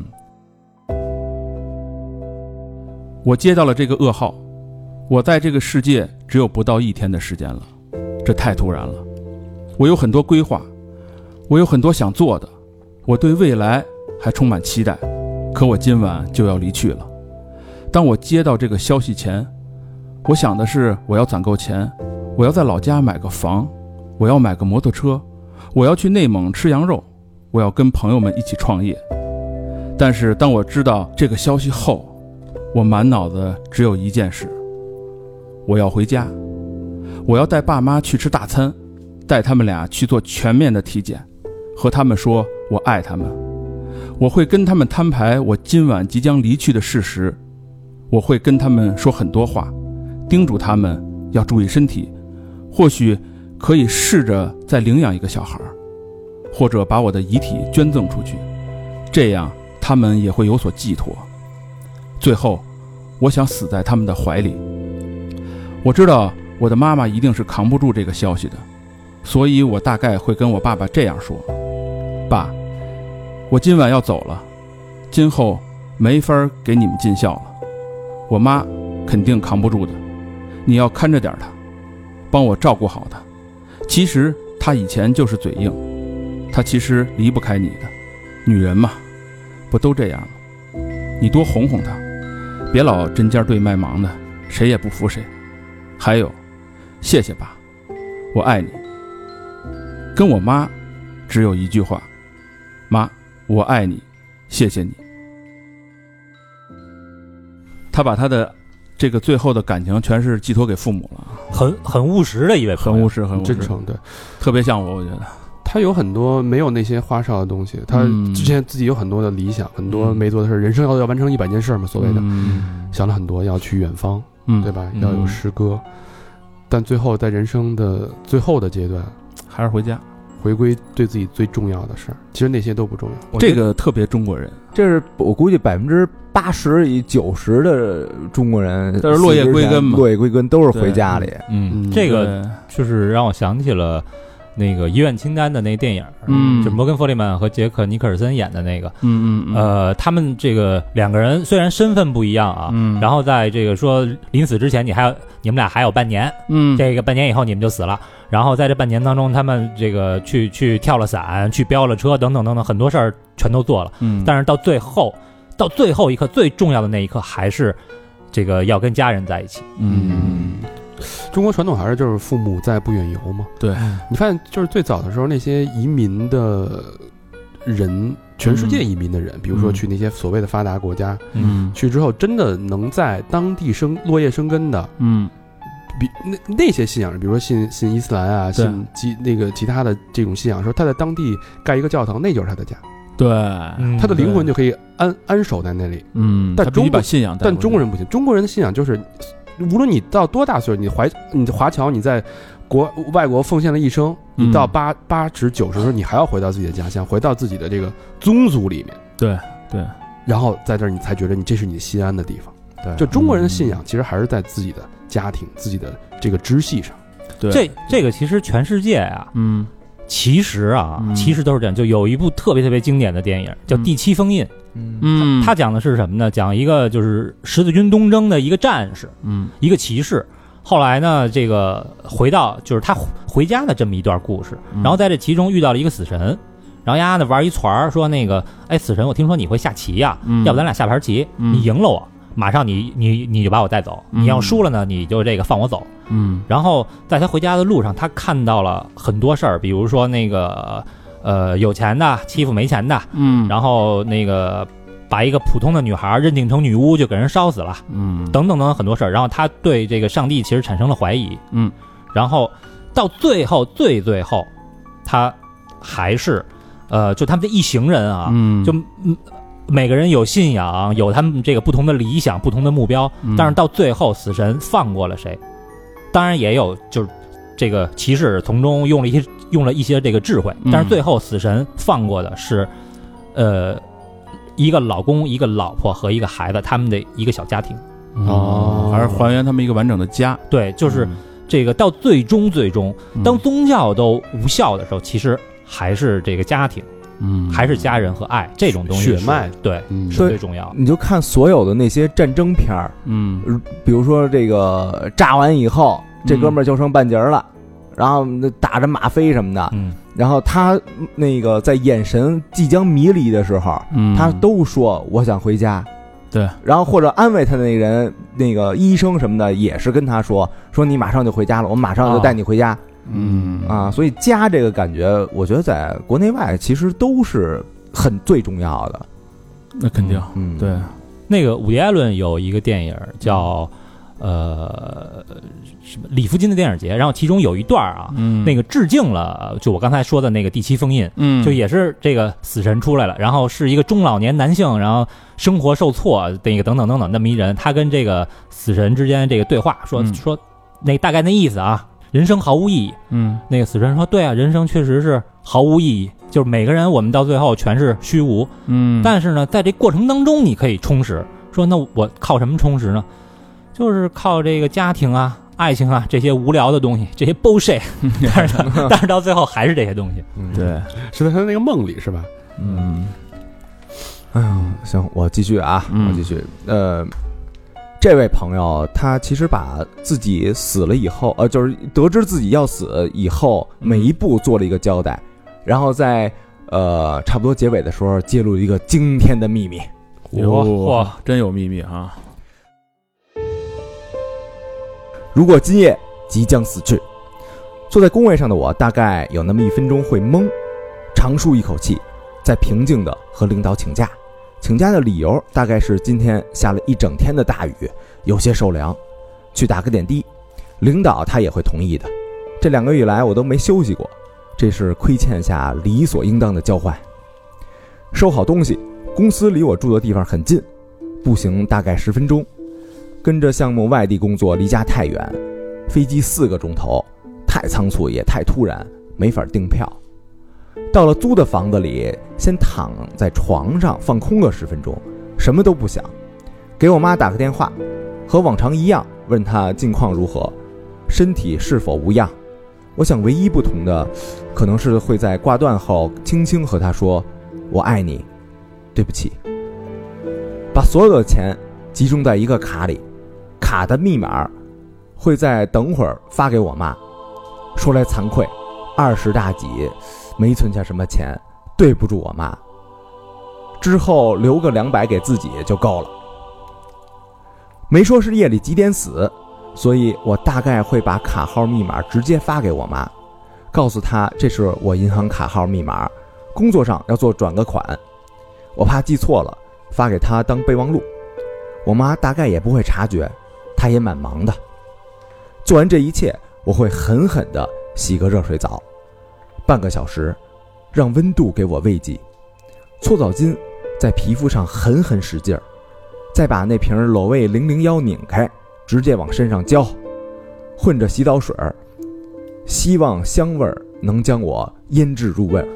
我接到了这个噩耗，我在这个世界只有不到一天的时间了，这太突然了。我有很多规划，我有很多想做的，我对未来还充满期待，可我今晚就要离去了。当我接到这个消息前，我想的是我要攒够钱，我要在老家买个房，我要买个摩托车，我要去内蒙吃羊肉，我要跟朋友们一起创业。但是当我知道这个消息后，我满脑子只有一件事，我要回家，我要带爸妈去吃大餐，带他们俩去做全面的体检，和他们说我爱他们。我会跟他们摊牌我今晚即将离去的事实，我会跟他们说很多话，叮嘱他们要注意身体，或许可以试着再领养一个小孩，或者把我的遗体捐赠出去，这样他们也会有所寄托。最后，我想死在他们的怀里。我知道我的妈妈一定是扛不住这个消息的，所以我大概会跟我爸爸这样说：爸，我今晚要走了，今后没法给你们尽孝了。我妈肯定扛不住的，你要看着点她，帮我照顾好她。其实她以前就是嘴硬，她其实离不开你的。女人嘛，不都这样吗？你多哄哄她，别老针尖对麦芒的，谁也不服谁。还有，谢谢爸，我爱你。跟我妈只有一句话，妈，我爱你，谢谢你。他把他的这个最后的感情全是寄托给父母了，
很很务实的一位朋友，
很务实，很务实，
真诚，对，
特别像我，我觉得。
他有很多没有那些花哨的东西，他
嗯
之前自己有很多的理想，很多没做的事儿，人生要要完成一百件事嘛，所谓的，
嗯
想了很多，要去远方，
嗯
对吧？
嗯
要有诗歌，但最后在人生的最后的阶段，
还是回家，
回归对自己最重要的事儿，其实那些都不重要。
这个特别中国人，
这是我估计百分之八十以九十的中国人
都是落叶归根嘛
落叶归根都是回家里。
嗯
这个就是让我想起了那个《遗愿清单》的那个电影，
嗯
就摩根·弗里曼和杰克·尼克尔森演的那个，
嗯嗯嗯，
呃，他们这个两个人虽然身份不一样啊，
嗯
然后在这个说临死之前，你还有你们俩还有半年，
嗯
这个半年以后你们就死了。然后在这半年当中，他们这个去去跳了伞，去飙了车，等等等等，很多事儿全都做了。
嗯，
但是到最后，到最后一刻，最重要的那一刻，还是这个要跟家人在一起。
嗯
中国传统还是就是父母在不远游嘛。
对，
你发现就是最早的时候，那些移民的人，全世界移民的人，比如说去那些所谓的发达国家，
嗯
去之后真的能在当地生落叶生根的，
嗯
比那那些信仰，比如说信信伊斯兰啊，
对
信其那个其他的这种信仰的时候，他在当地盖一个教堂，那就是他的家，
对，
嗯
他的灵魂就可以安安守在那里。
嗯，
但中国
他必须把信仰带过去，
但中国人不行，中国人的信仰就是无论你到多大岁数，你怀你华侨你在国外国奉献了一生，你到八八十九十的时候，你还要回到自己的家乡，回到自己的这个宗族里面。
对对，
然后在这儿你才觉得你这是你心安的地方。对，就中国人的信仰其实还是在自己的家庭、自己的这个支系上。
对，
这这个其实全世界啊，
嗯，
其实啊，
嗯
其实都是这样。就有一部特别特别经典的电影叫《第七封印》，
嗯，
它讲的是什么呢？讲一个就是十字军东征的一个战士，
嗯，
一个骑士。后来呢，这个回到就是他回家的这么一段故事，然后在这其中遇到了一个死神，然后丫呢玩一团说那个，哎，死神，我听说你会下棋呀、啊嗯，要不咱俩下盘棋，
嗯、
你赢了我，马上你你你就把我带走，
嗯、
你要输了呢，你就这个放我走。
嗯，
然后在他回家的路上，他看到了很多事儿，比如说那个呃有钱的欺负没钱的，
嗯，
然后那个把一个普通的女孩认定成女巫就给人烧死了，
嗯，
等等等等很多事儿。然后他对这个上帝其实产生了怀疑，
嗯，
然后到最后最最后，他还是呃就他们这一行人啊，
嗯，
就嗯。每个人有信仰，有他们这个不同的理想、不同的目标，
嗯、
但是到最后，死神放过了谁？当然也有，就是这个骑士从中用了一些用了一些这个智慧，但是最后死神放过的是，呃，一个老公、一个老婆和一个孩子，他们的一个小家庭。
哦，还是还原他们一个完整的家。
对，就是这个到最终最终，当宗教都无效的时候，其实还是这个家庭。
嗯，
还是家人和爱这种东西，
血脉
对，
嗯、
是最重要的。
你就看所有的那些战争片儿，
嗯，
比如说这个炸完以后，这哥们儿就剩半截了，嗯、然后打着吗啡什么的，
嗯，
然后他那个在眼神即将迷离的时候，
嗯，
他都说我想回家，
对，
然后或者安慰他的那个人，那个医生什么的也是跟他说，说你马上就回家了，我马上就带你回家。
哦嗯
啊，所以家这个感觉，我觉得在国内外其实都是很最重要的。
那肯定，
嗯，
对。
那个伍迪·艾伦有一个电影叫呃什么里弗金的电影节，然后其中有一段啊，
嗯，
那个致敬了就我刚才说的那个第七封印，
嗯，
就也是这个死神出来了，然后是一个中老年男性，然后生活受挫，那个等等等等那么一人，他跟这个死神之间这个对话，说、嗯、说那大概那意思啊。人生毫无意义，
嗯，
那个死神说：“对啊，人生确实是毫无意义，就是每个人我们到最后全是虚无，
嗯，
但是呢，在这过程当中你可以充实。说那我靠什么充实呢？就是靠这个家庭啊、爱情啊这些无聊的东西，这些 bullshit， 但是但是到最后还是这些东西，
嗯、对，
是在他那个梦里是吧？
嗯，
哎呦，行，我继续啊，
嗯、
我继续，呃。”这位朋友，他其实把自己死了以后，呃，就是得知自己要死以后，每一步做了一个交代，然后在呃差不多结尾的时候揭露一个惊天的秘密。
哇，真有秘密啊！
如果今夜即将死去，坐在工位上的我，大概有那么一分钟会懵，长舒一口气，再平静地和领导请假。请假的理由大概是今天下了一整天的大雨，有些受凉，去打个点滴。领导他也会同意的。这两个月来我都没休息过，这是亏欠下理所应当的交换。收好东西，公司离我住的地方很近，步行大概十分钟。跟着项目外地工作，离家太远，飞机四个钟头，太仓促也太突然，没法订票。到了租的房子里，先躺在床上放空个十分钟，什么都不想，给我妈打个电话，和往常一样问她近况如何，身体是否无恙。我想唯一不同的，可能是会在挂断后轻轻和她说我爱你，对不起。把所有的钱集中在一个卡里，卡的密码会在等会儿发给我妈。说来惭愧，二十大几没存下什么钱，对不住我妈。之后留个两百给自己就够了。没说是夜里几点死，所以我大概会把卡号密码直接发给我妈，告诉她这是我银行卡号密码，工作上要做转个款，我怕记错了，发给她当备忘录。我妈大概也不会察觉，她也蛮忙的。做完这一切，我会狠狠地洗个热水澡，半个小时，让温度给我慰藉。搓澡巾在皮肤上狠狠使劲儿，再把那瓶裸味零零幺拧开， 直接往身上浇，混着洗澡水，希望香味能将我腌制入味。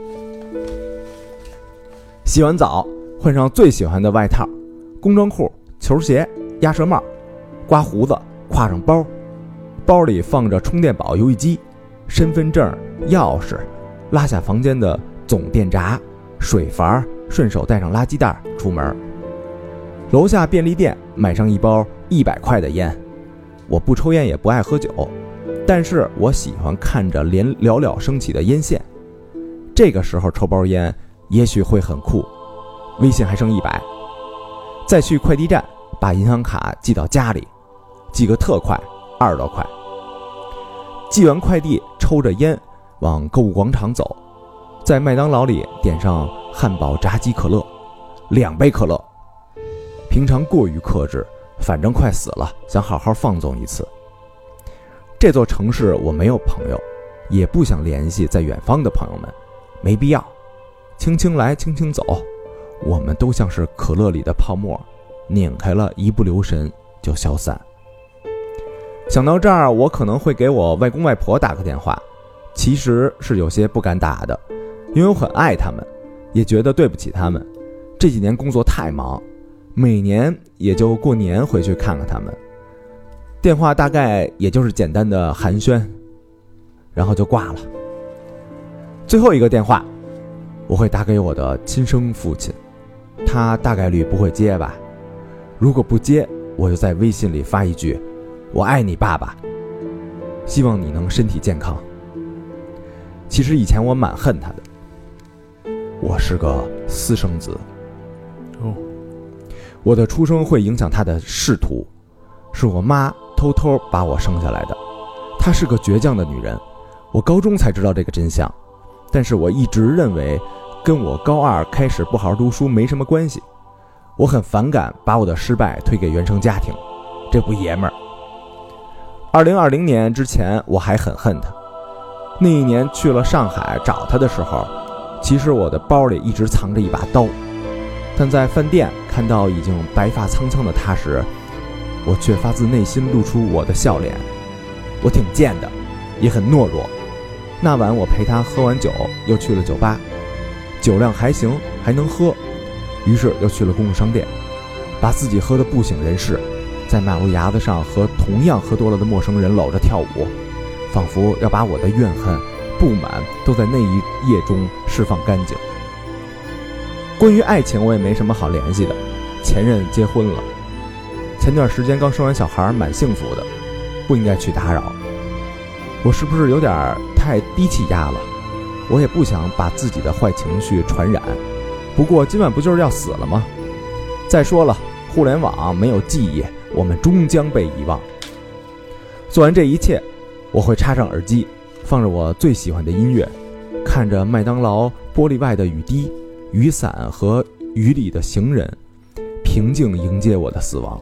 洗完澡，换上最喜欢的外套、工装裤、球鞋、鸭舌帽，刮胡子，挎上包，包里放着充电宝、游戏机、身份证、钥匙，拉下房间的总电闸、水阀，顺手带上垃圾袋出门。楼下便利店买上一包一百块的烟。我不抽烟也不爱喝酒，但是我喜欢看着连寥寥升起的烟线。这个时候抽包烟也许会很酷。微信还剩一百，再去快递站把银行卡寄到家里，寄个特快，二十多块。寄完快递，抽着烟往购物广场走，在麦当劳里点上汉堡、炸鸡、可乐，两杯可乐。平常过于克制，反正快死了，想好好放纵一次。这座城市我没有朋友，也不想联系在远方的朋友们，没必要。轻轻来，轻轻走，我们都像是可乐里的泡沫，拧开了一不留神就消散。想到这儿，我可能会给我外公外婆打个电话，其实是有些不敢打的，因为我很爱他们，也觉得对不起他们。这几年工作太忙，每年也就过年回去看看他们，电话大概也就是简单的寒暄，然后就挂了。最后一个电话我会打给我的亲生父亲，他大概率不会接吧，如果不接，我就在微信里发一句我爱你爸爸，希望你能身体健康。其实以前我蛮恨他的，我是个私生子，
哦，
我的出生会影响他的仕途，是我妈偷偷把我生下来的。她是个倔强的女人，我高中才知道这个真相，但是我一直认为跟我高二开始不好好读书没什么关系。我很反感把我的失败推给原生家庭，这不爷们儿。二零二零年之前我还很恨他，那一年去了上海找他的时候，其实我的包里一直藏着一把刀，但在饭店看到已经白发苍苍的他时，我却发自内心露出我的笑脸。我挺贱的，也很懦弱。那晚我陪他喝完酒，又去了酒吧，酒量还行，还能喝，于是又去了公共商店，把自己喝得不省人事，在马路牙子上和同样喝多了的陌生人搂着跳舞，仿佛要把我的怨恨、不满都在那一夜中释放干净。关于爱情我也没什么好联系的，前任结婚了，前段时间刚生完小孩，蛮幸福的，不应该去打扰。我是不是有点太低气压了？我也不想把自己的坏情绪传染，不过今晚不就是要死了吗？再说了，互联网没有记忆，我们终将被遗忘。做完这一切，我会插上耳机，放着我最喜欢的音乐，看着麦当劳玻璃外的雨滴、雨伞和雨里的行人，平静迎接我的死亡。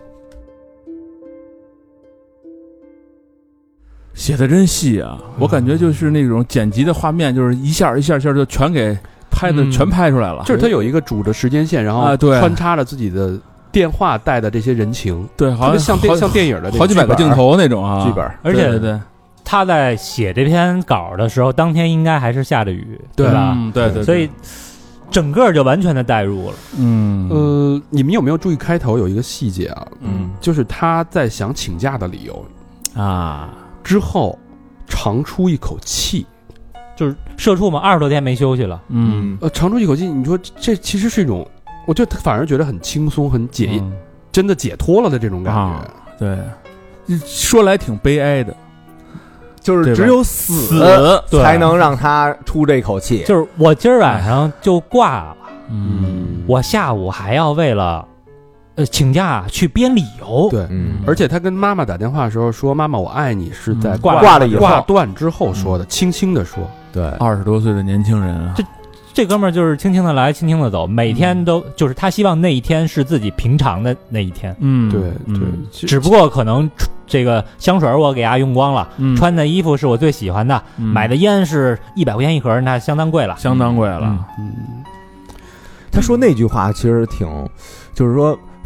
写的真细啊，我感觉就是那种剪辑的画面，就是一下一下一下就全给拍的、嗯、全拍出来了。
就是它有一个主的时间线，然后穿插着自己的电话带的这些人情，
对，好像
像电像电影的
好几百个镜头那种啊
剧本。
而且
对对对，
他在写这篇稿的时候，当天应该还是下着雨，
对
吧？
嗯、对, 对对，
所以整个就完全的带入了。
嗯
呃，你们有没有注意开头有一个细节啊？
嗯，
就是他在想请假的理由
啊。
之后长出一口气，
就是社畜嘛，二十多天没休息了。
嗯，
呃，长出一口气，你说这其实是一种，我就反而觉得很轻松、很解，嗯、真的解脱了的这种感觉。
啊、对，说来挺悲哀的，
就是只有死才能让他出这口气。
就是我今儿晚上就挂了，
嗯，
我下午还要为了。呃，请假去编理由，
对，嗯，而且他跟妈妈打电话的时候说：“妈妈，我爱你。”是在挂
挂了以后
挂断之后说的，嗯、轻轻的说。
对，
二十多岁的年轻人啊，
这这哥们儿就是轻轻的来，轻轻的走，每天都、嗯、就是他希望那一天是自己平常的那一天。
嗯，
对对、
嗯，
只不过可能这个香水我给他用光了，嗯、穿的衣服是我最喜欢的，嗯、买的烟是一百块钱一盒，那相当贵了，
相当贵了。
嗯，嗯他说那句话其实挺，就是说。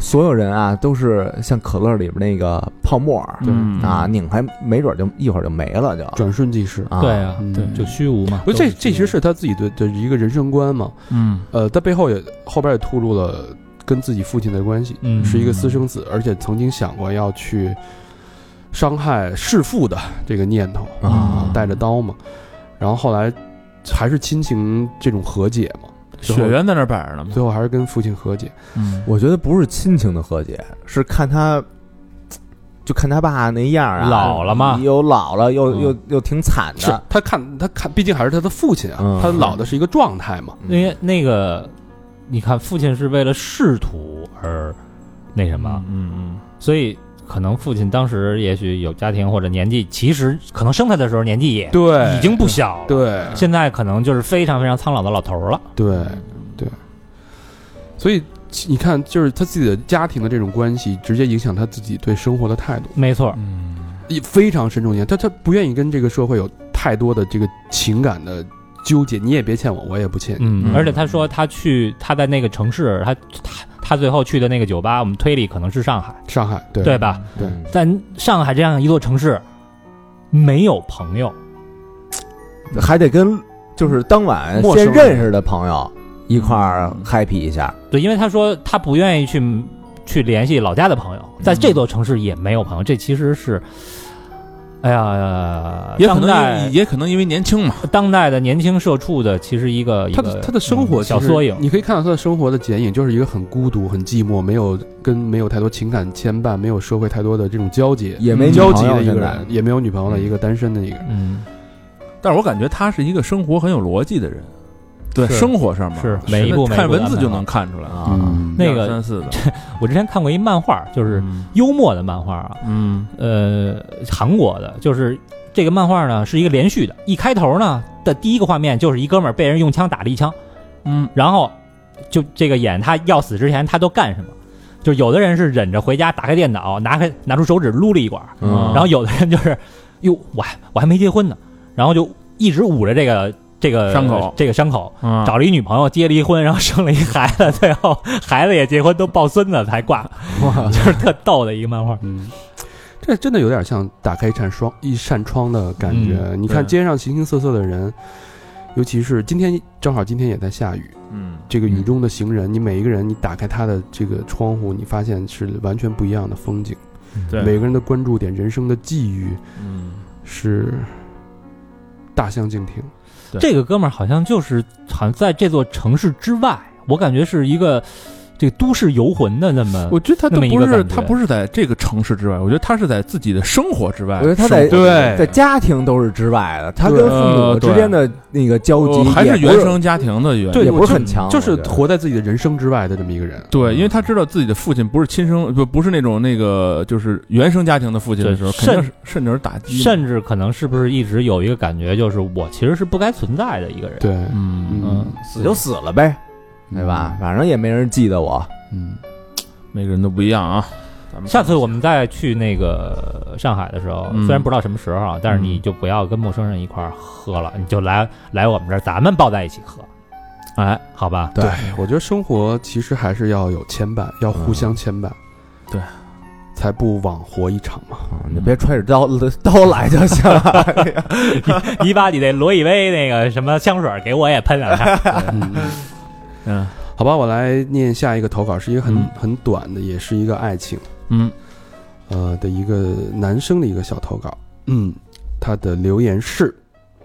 所有人啊都是像可乐里边那个泡沫，
嗯
啊，拧开没准就一会儿就没了，就
转瞬即逝。
啊
对啊，
嗯
对，就虚无嘛。
不是这这其实是他自己的的一个人生观嘛。
嗯
呃，他背后也后边也吐露了跟自己父亲的关系，
嗯
是一个私生子，而且曾经想过要去伤害弑父的这个念头
啊
带着刀嘛。然后后来还是亲情这种和解嘛，最后
血缘在那儿摆着呢嘛。
最后还是跟父亲和解。
嗯，
我觉得不是亲情的和解，是看他，就看他爸那样啊，
老了嘛
又老了，又
嗯
又又挺惨
是
的。
他看他看，毕竟还是他的父亲啊，
嗯
他老的是一个状态嘛。
因为那个，你看，父亲是为了仕途而那什么，
嗯嗯
所以可能父亲当时也许有家庭或者年纪，其实可能生他的时候年纪也
对
已经不小了，
对
现在可能就是非常非常苍老的老头了。
对对，所以你看，就是他自己的家庭的这种关系，直接影响他自己对生活的态度，
没错，
嗯
也非常深重。他他不愿意跟这个社会有太多的这个情感的纠结，你也别欠我，我也不欠你。
嗯，
嗯
而且他说他去他在那个城市，他他他最后去的那个酒吧，我们推理可能是上海，
上海，对
对吧？
对
嗯
在上海这样一座城市，没有朋友，
还得跟就是当晚
陌生人
先认识的朋友一块儿 happy 一下。
对，因为他说他不愿意去去联系老家的朋友，在这座城市也没有朋友，这其实是，哎呀，
也可能
当代
因为也可能因为年轻嘛。
当代的年轻社畜的其实一个一个
他的他的生活
嗯小
其实
缩影，
你可以看到他的生活的剪影，就是一个很孤独、很寂寞，没有跟没有太多情感牵绊，没有社会太多的这种交结，
也没女
交集
朋友现在
的一个人，也没有女朋友的一个单身的一个人。
嗯，
但是我感觉他是一个生活很有逻辑的人，对
是
生活上面
是每一步每一步
看文字就
安排好
能看出来
啊
嗯
那个
一二三四的，
我之前看过一漫画，就是
嗯
幽默的漫画啊，
嗯
呃，韩国的，就是这个漫画呢是一个连续的，一开头呢的第一个画面就是一哥们儿被人用枪打了一枪，
嗯
然后就这个演他要死之前他都干什么，就是有的人是忍着回家打开电脑，拿开拿出手指撸了一管，
嗯
然后有的人就是，哟，我还我还没结婚呢，然后就一直捂着这个这个
伤口
这个伤口，
嗯
找了一女朋友，结了一婚，然后生了一孩子，最后孩子也结婚，都抱孙子才挂，就是特逗的一个漫画。
嗯，这真的有点像打开一扇窗一扇窗的感觉。
嗯
你看
对
街上形形色色的人，尤其是今天正好今天也在下雨，
嗯
这个雨中的行人，你每一个人你打开他的这个窗户，你发现是完全不一样的风景。
对
每个人的关注点、人生的际遇
嗯
是大相径庭。
对
这个哥们儿好像就是好像在这座城市之外，我感觉是一个这个都市游魂的那么
我觉得他都
那么一
不是
个感觉
他不是在这个城市之外，我觉得他是在自己的生活之外。
我觉得他在
生活
对
在家庭都是之外的，他跟
对
父母
呃对
之间的那个交集
呃还是
也不
原生家庭的原因。
对
也不是
就
很强，
就是
我觉得
活在自己的人生之外的这么一个人。
对，因为他知道自己的父亲不是亲生，不不是那种那个就是原生家庭的父亲的时候，
对
肯定是甚至是打击。
甚至可能是不是一直有一个感觉，就是我其实是不该存在的一个人。
对，
嗯
嗯
死就死了呗，对吧？反正也没人记得我。
嗯，
每个人都不一样啊。咱们
下次我们再去那个上海的时候，
嗯
虽然不知道什么时候啊，但是你就不要跟陌生人一块儿喝了，你就来来我们这儿，咱们抱在一起喝，
哎，
好吧？
对，我觉得生活其实还是要有牵绊，要互相牵绊，
对，
才不枉活一场嘛。
你别揣着刀刀来就行了。
你把你那罗意威那个什么香水给我也喷两下。
嗯，
嗯
好吧，我来念下一个投稿，是一个很、
嗯
很短的，也是一个爱情，
嗯
呃的一个男生的一个小投稿。嗯，他的留言是：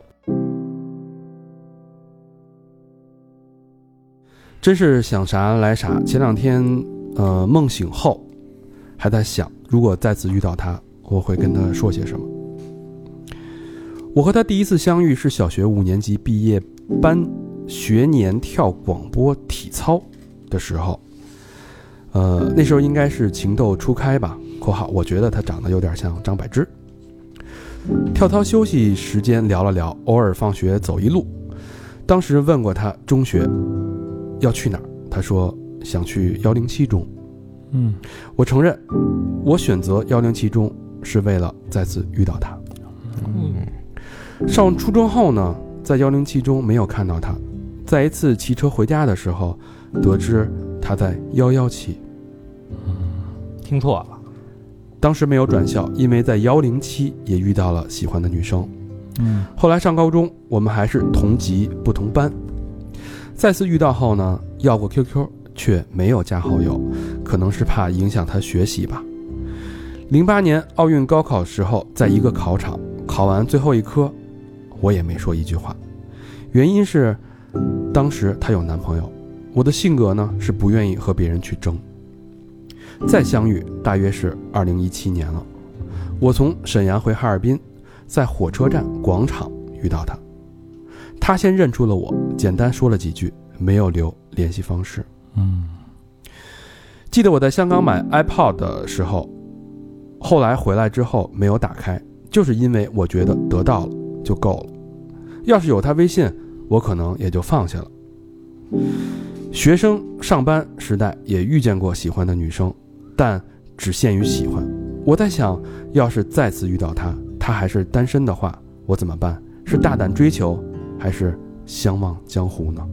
真是想啥来啥。前两天，呃，梦醒后，还在想，如果再次遇到他，我会跟他说些什么。我和他第一次相遇是小学五年级毕业班学年跳广播体操的时候，呃，那时候应该是情窦初开吧（括号我觉得他长得有点像张柏芝）。跳操休息时间聊了聊，偶尔放学走一路。当时问过他中学要去哪儿，他说想去幺零七中。
嗯
我承认，我选择幺零七中是为了再次遇到他。
嗯，
上初中后呢，在幺零七中没有看到他，在一次骑车回家的时候，得知他在幺幺七。
听错了。
当时没有转校，因为在幺零期也遇到了喜欢的女生。
嗯，
后来上高中，我们还是同级不同班。再次遇到后呢，要过 Q Q， 却没有加好友，可能是怕影响他学习吧。零八年奥运高考时候，在一个考场考完最后一科，我也没说一句话，原因是当时她有男朋友，我的性格呢是不愿意和别人去争。再相遇大约是二零一七年了，我从沈阳回哈尔滨，在火车站广场遇到她，她先认出了我，简单说了几句，没有留联系方式。
嗯，
记得我在香港买 iPod 的时候，后来回来之后没有打开，就是因为我觉得得到了就够了，要是有她微信，我可能也就放下了。学生上班时代也遇见过喜欢的女生，但只限于喜欢。我在想，要是再次遇到她，她还是单身的话，我怎么办？是大胆追求，还是相忘江湖呢？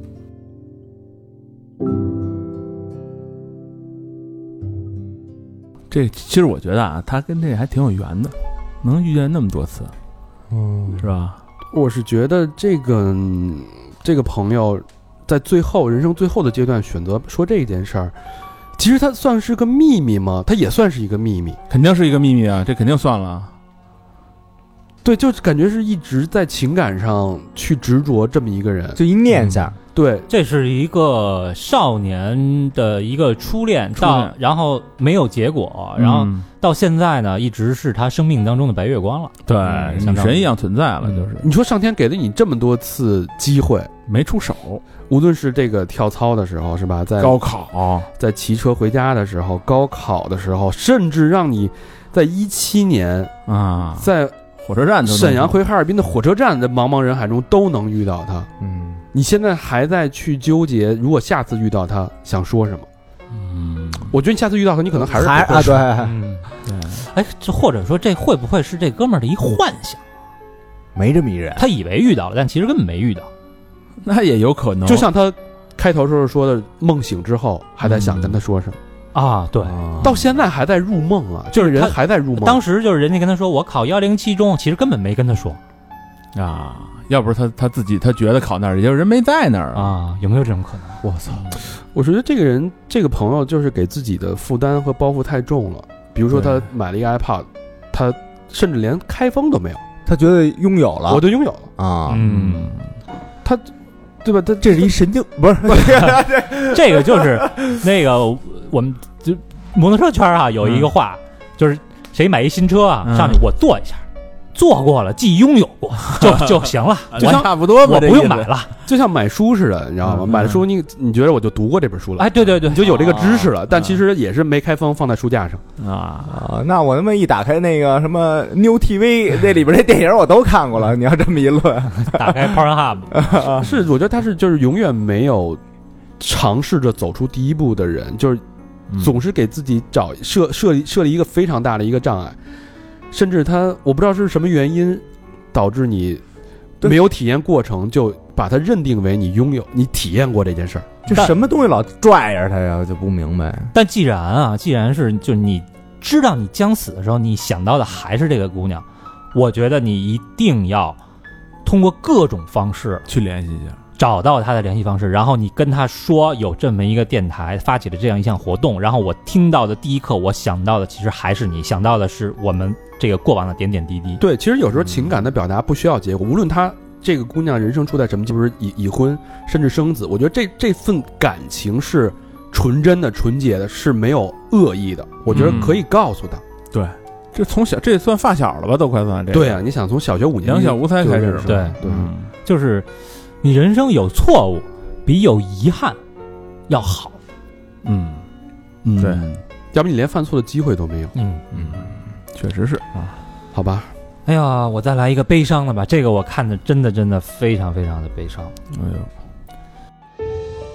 这其实我觉得啊，他跟这还挺有缘的，能遇见那么多次，
嗯，
是吧？
我是觉得这个这个朋友在最后人生最后的阶段选择说这件事儿，其实它算是个秘密吗？它也算是一个秘密，
肯定是一个秘密啊，这肯定算了。
对，就是感觉是一直在情感上去执着这么一个人，
就一念想，嗯、
对，
这是一个少年的一个初恋，
初恋
到然后没有结果，然后到现在呢，一直是他生命当中的白月光了，
对，
嗯、
女神一样存在了，就是、
嗯。你说上天给了你这么多次机会，
没出手，
无论是这个跳操的时候，是吧？在
高考，
在骑车回家的时候，高考的时候，甚至让你在一七年
啊，
在
火车站，
沈阳回哈尔滨的火车站的茫茫人海中都能遇到他。
嗯，
你现在还在去纠结，如果下次遇到他想说什么？
嗯，
我觉得你下次遇到他，你可能还是
还啊，对，
嗯，对。哎，这或者说这会不会是这哥们儿的一幻想？
没这么一人，
他以为遇到了，但其实根本没遇到。
那也有可能。
就像他开头时候说的，梦醒之后还在想跟他说什么。
嗯啊，对，
到现在还在入梦啊，就是人还在入梦。
当时就是人家跟他说我考幺零七中，其实根本没跟他说
啊，要不是他他自己他觉得考那儿，也就是人没在那儿
啊，有没有这种可能？
我操！我觉得这个人这个朋友就是给自己的负担和包袱太重了。比如说他买了一个 iPod， 他甚至连开封都没有，
他觉得拥有了，
我就拥有了
啊，
嗯，
他。对吧？他
这是一神经，不是
这个就是那个我们就摩托车圈啊有一个话，嗯、就是谁买一新车啊，嗯、上去我坐一下，坐过了既拥有过就就行了，
就差不多，
我不用买了，
就像买书似的，你知道吗？嗯、买了书你你觉得我就读过这本书了，
哎，对对对，
你就有这个知识了，哦、但其实也是没开封放在书架上
啊啊！那我他妈一打开那个什么 New T V 那里边那电影我都看过了，你要这么一论，
打开 Pornhub
是，我觉得他是就是永远没有尝试着走出第一步的人，就是总是给自己找设设立设立一个非常大的一个障碍，甚至他我不知道是什么原因导致你没有体验过程就把它认定为你拥有你体验过这件事儿，
就什么东西老拽着他呀，就不明白。
但既然啊，既然是就你知道你将死的时候，你想到的还是这个姑娘，我觉得你一定要通过各种方式
去联系一下。
找到他的联系方式，然后你跟他说有这么一个电台发起了这样一项活动，然后我听到的第一刻我想到的其实还是你，想到的是我们这个过往的点点滴滴。
对，其实有时候情感的表达不需要结果，无论他这个姑娘人生处在什么，就是已已婚甚至生子，我觉得这这份感情是纯真的、纯洁的，是没有恶意的，我觉得可以告诉他。
嗯、对，这从小这算发小了吧，都快算这个。
对啊，你想从小学五年级
两小无猜开始，
对
对、
嗯，
就是你人生有错误比有遗憾要好。
嗯
嗯，
对，
要不你连犯错的机会都没有。
嗯
嗯，确实是啊。
好吧，
哎呀，我再来一个悲伤的吧，这个我看的真的真的非常非常的悲伤。
哎呦，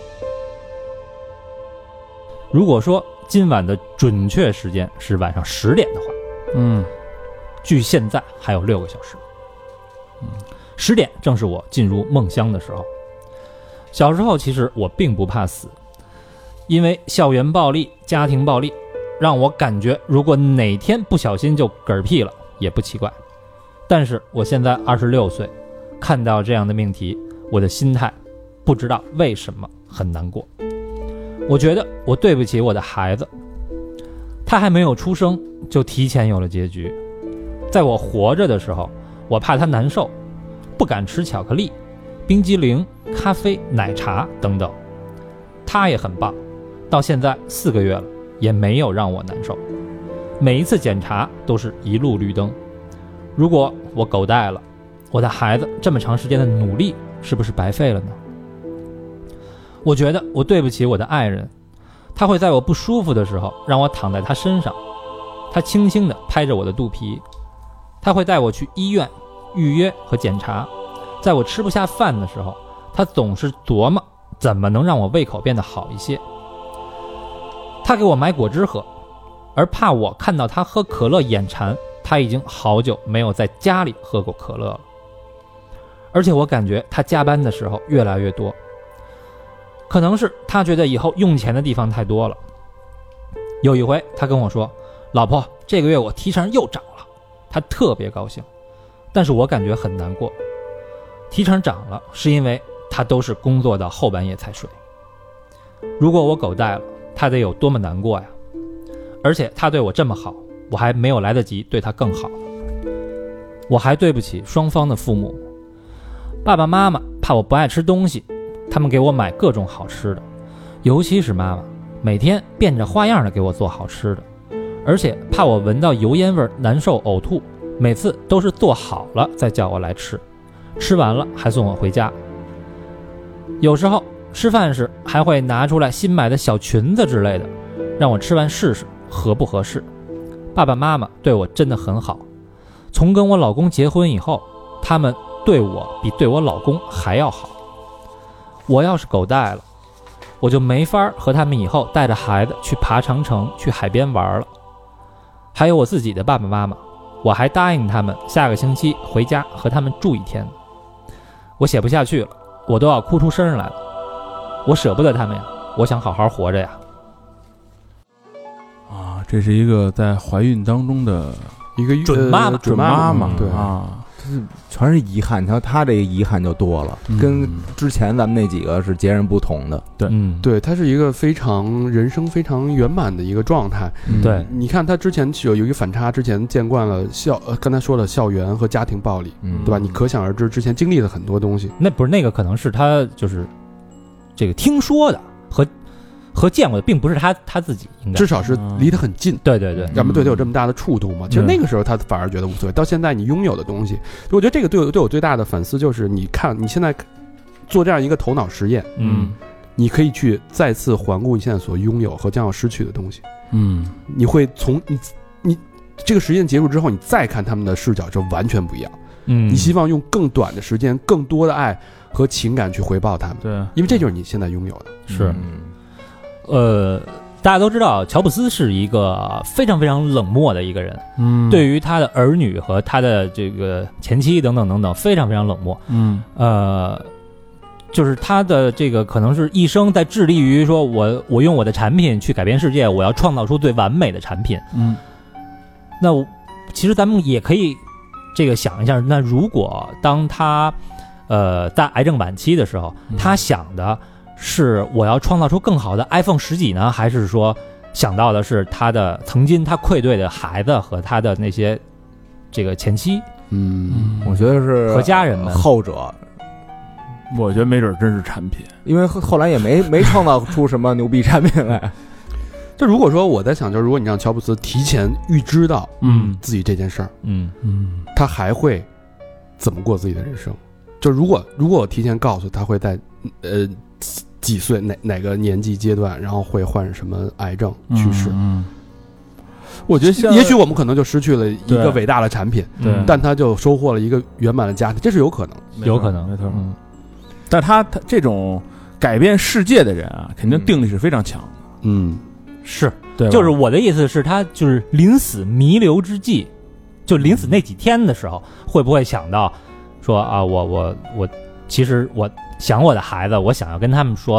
如果说今晚的准确时间是晚上十点的话，
嗯，
距现在还有六个小时。嗯，十点正是我进入梦乡的时候。小时候其实我并不怕死，因为校园暴力、家庭暴力让我感觉如果哪天不小心就嗝屁了也不奇怪。但是我现在二十六岁，看到这样的命题，我的心态不知道为什么很难过。我觉得我对不起我的孩子，他还没有出生就提前有了结局。在我活着的时候，我怕他难受，不敢吃巧克力、冰激凌、咖啡、奶茶等等。他也很棒，到现在四个月了，也没有让我难受。每一次检查都是一路绿灯。如果我狗带了，我的孩子这么长时间的努力是不是白费了呢？我觉得我对不起我的爱人，他会在我不舒服的时候让我躺在他身上，他轻轻地拍着我的肚皮，他会带我去医院预约和检查，在我吃不下饭的时候，他总是琢磨怎么能让我胃口变得好一些。他给我买果汁喝，而怕我看到他喝可乐眼馋，他已经好久没有在家里喝过可乐了。而且我感觉他加班的时候越来越多，可能是他觉得以后用钱的地方太多了。有一回他跟我说，老婆，这个月我提成又涨了，他特别高兴，但是我感觉很难过。提成涨了是因为他都是工作到后半夜才睡。如果我狗带了，他得有多么难过呀。而且他对我这么好，我还没有来得及对他更好。我还对不起双方的父母，爸爸妈妈怕我不爱吃东西，他们给我买各种好吃的，尤其是妈妈，每天变着花样的给我做好吃的，而且怕我闻到油烟味难受呕吐，每次都是做好了再叫我来吃，吃完了还送我回家。有时候吃饭时还会拿出来新买的小裙子之类的，让我吃完试试合不合适。爸爸妈妈对我真的很好，从跟我老公结婚以后，他们对我比对我老公还要好。我要是狗带了，我就没法和他们以后带着孩子去爬长城、去海边玩了。还有我自己的爸爸妈妈，我还答应他们下个星期回家和他们住一天。我写不下去了，我都要哭出声来了。我舍不得他们呀，我想好好活着呀。
啊，这是一个在怀孕当中的
一个
准妈妈，
准妈妈，
对
啊，
全是遗憾。你瞧他这个遗憾就多了，
嗯、
跟之前咱们那几个是截然不同的。
对，
嗯，
对，他是一个非常人生非常圆满的一个状态。
嗯、
对，
你看他之前有有一个反差，之前见惯了校，呃，刚才说了校园和家庭暴力，
嗯，
对吧？你可想而知，之前经历了很多东西。
那不是那个，可能是他就是这个听说的和和见过的，并不是他他自己应该，
至少是离得很近。
对对对，
要么对他有这么大的触动嘛？其实那个时候他反而觉得无所谓。到现在你拥有的东西，我觉得这个对我对我最大的反思就是，你看你现在做这样一个头脑实验，
嗯，
你可以去再次环顾你现在所拥有和将要失去的东西，
嗯，
你会从你你这个实验结束之后，你再看他们的视角就完全不一样。
嗯，
你希望用更短的时间、更多的爱和情感去回报他们，
对，
因为这就是你现在拥有的。
是。
嗯
呃，大家都知道，乔布斯是一个非常非常冷漠的一个人，
嗯，
对于他的儿女和他的这个前妻等等等等，非常非常冷漠。
嗯，
呃，就是他的这个可能是一生在致力于说我我用我的产品去改变世界，我要创造出最完美的产品。
嗯，
那其实咱们也可以这个想一下，那如果当他呃在癌症晚期的时候，他想的是我要创造出更好的 iPhone 十几呢，还是说想到的是他的曾经他愧对的孩子和他的那些这个前妻？
嗯，
我觉得是
和家人们
后者。
我觉得没准真是产品，
因为后来也没没创造出什么牛逼产品来。
就如果说我在想，就是如果你让乔布斯提前预知到
嗯
自己这件事儿，
嗯
嗯，
他还会怎么过自己的人生？就如果如果我提前告诉他会在呃几岁哪哪个年纪阶段，然后会患什么癌症去世，
嗯，我觉得像
也许我们可能就失去了一个伟大的产品，
对，
但他就收获了一个圆满的家庭，这是有可能，
有可能，
没错。
嗯，
但他他这种改变世界的人啊，肯定定力是非常强的。
嗯，
是，
对，
就是我的意思是，他就是临死弥留之际，就临死那几天的时候，会不会想到说啊，我我我，其实我想我的孩子，我想要跟他们说，这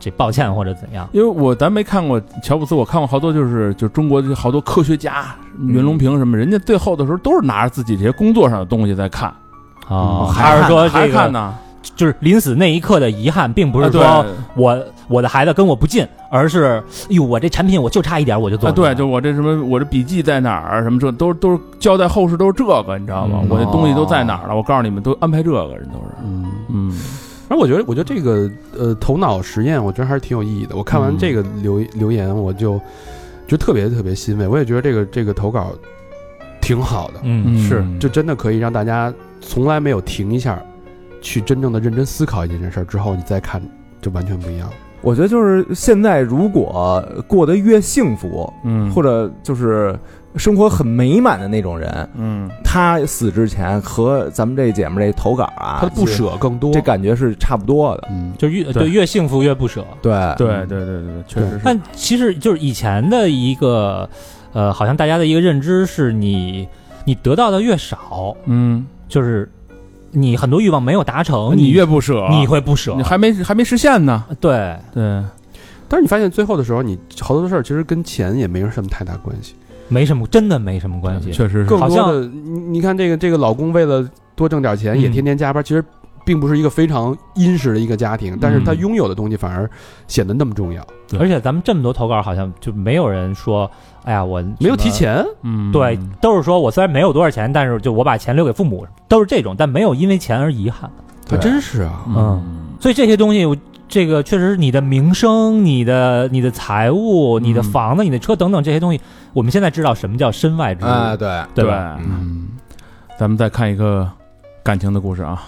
这抱歉或者怎样。
因为我咱没看过乔布斯，我看过好多就是就中国好多科学家袁隆平什么，人家最后的时候都是拿着自己这些工作上的东西在看
啊，还是说这个
呢？
就是临死那一刻的遗憾，并不是说我、啊、我的孩子跟我不近，而是哟，我这产品我就差一点我就做、啊。
对，就我这什么，我这笔记在哪儿？什么这都都是交代后事，都是这个，你知道吗？嗯、我这东西都在哪儿了？我告诉你们，都安排这个人都是。嗯嗯。
而我觉得，我觉得这个呃头脑实验，我觉得还是挺有意义的。我看完这个留、嗯、留言，我就觉得特别特别欣慰。我也觉得这个这个投稿挺好的。
嗯，
是，就真的可以让大家从来没有停一下。去真正的认真思考一件事之后，你再看就完全不一样。
我觉得就是现在，如果过得越幸福，嗯，或者就是生活很美满的那种人，嗯，他死之前和咱们这节目这投稿啊，
他的不舍更多，
这感觉是差不多的。
嗯，就越对越幸福越不舍。
对
对对对对对，确实是。
但其实就是以前的一个呃，好像大家的一个认知是你你得到的越少，
嗯，
就是。你很多欲望没有达成，
你越不舍，
你会不舍，
你还没还没实现呢。
对
对，
但是你发现最后的时候，你好多的事儿其实跟钱也没什么太大关系，
没什么，真的没什么关系。
确实是，
更多的你你看这个这个老公为了多挣点钱，嗯、也天天加班，其实并不是一个非常殷实的一个家庭，但是他拥有的东西反而显得那么重要。
嗯、而且咱们这么多投稿，好像就没有人说。哎呀，我
没有提钱，
嗯，对，都是说我虽然没有多少钱，但是就我把钱留给父母，都是这种，但没有因为钱而遗憾。
还真是啊，
嗯，所以这些东西，这个确实是你的名声、你的、你的财物、你的房子、你的车等等这些东西，我们现在知道什么叫身外之物
啊，对
对吧？
嗯，咱们再看一个感情的故事啊。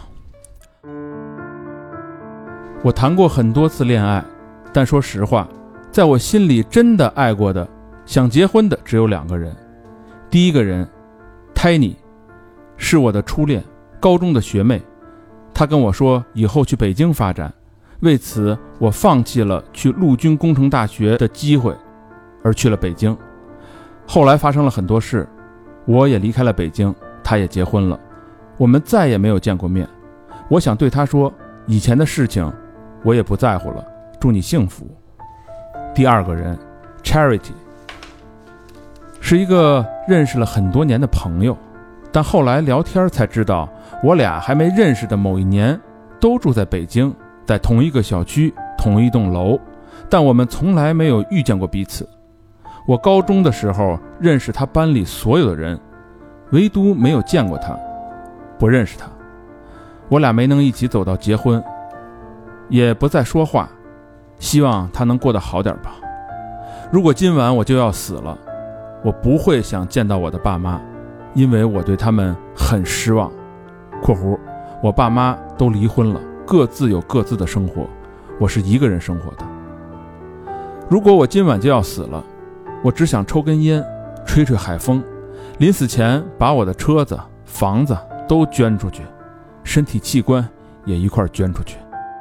我谈过很多次恋爱，但说实话，在我心里真的爱过的。想结婚的只有两个人，第一个人 Tiny 是我的初恋，高中的学妹，她跟我说以后去北京发展，为此我放弃了去陆军工程大学的机会，而去了北京。后来发生了很多事，我也离开了北京，她也结婚了，我们再也没有见过面。我想对她说，以前的事情我也不在乎了，祝你幸福。第二个人 Charity是一个认识了很多年的朋友，但后来聊天才知道，我俩还没认识的某一年都住在北京，在同一个小区同一栋楼，但我们从来没有遇见过彼此。我高中的时候认识他班里所有的人，唯独没有见过他，不认识他。我俩没能一起走到结婚，也不再说话，希望他能过得好点吧。如果今晚我就要死了，我不会想见到我的爸妈，因为我对他们很失望。括弧，我爸妈都离婚了，各自有各自的生活，我是一个人生活的。如果我今晚就要死了，我只想抽根烟，吹吹海风，临死前把我的车子、房子都捐出去，身体器官也一块捐出去。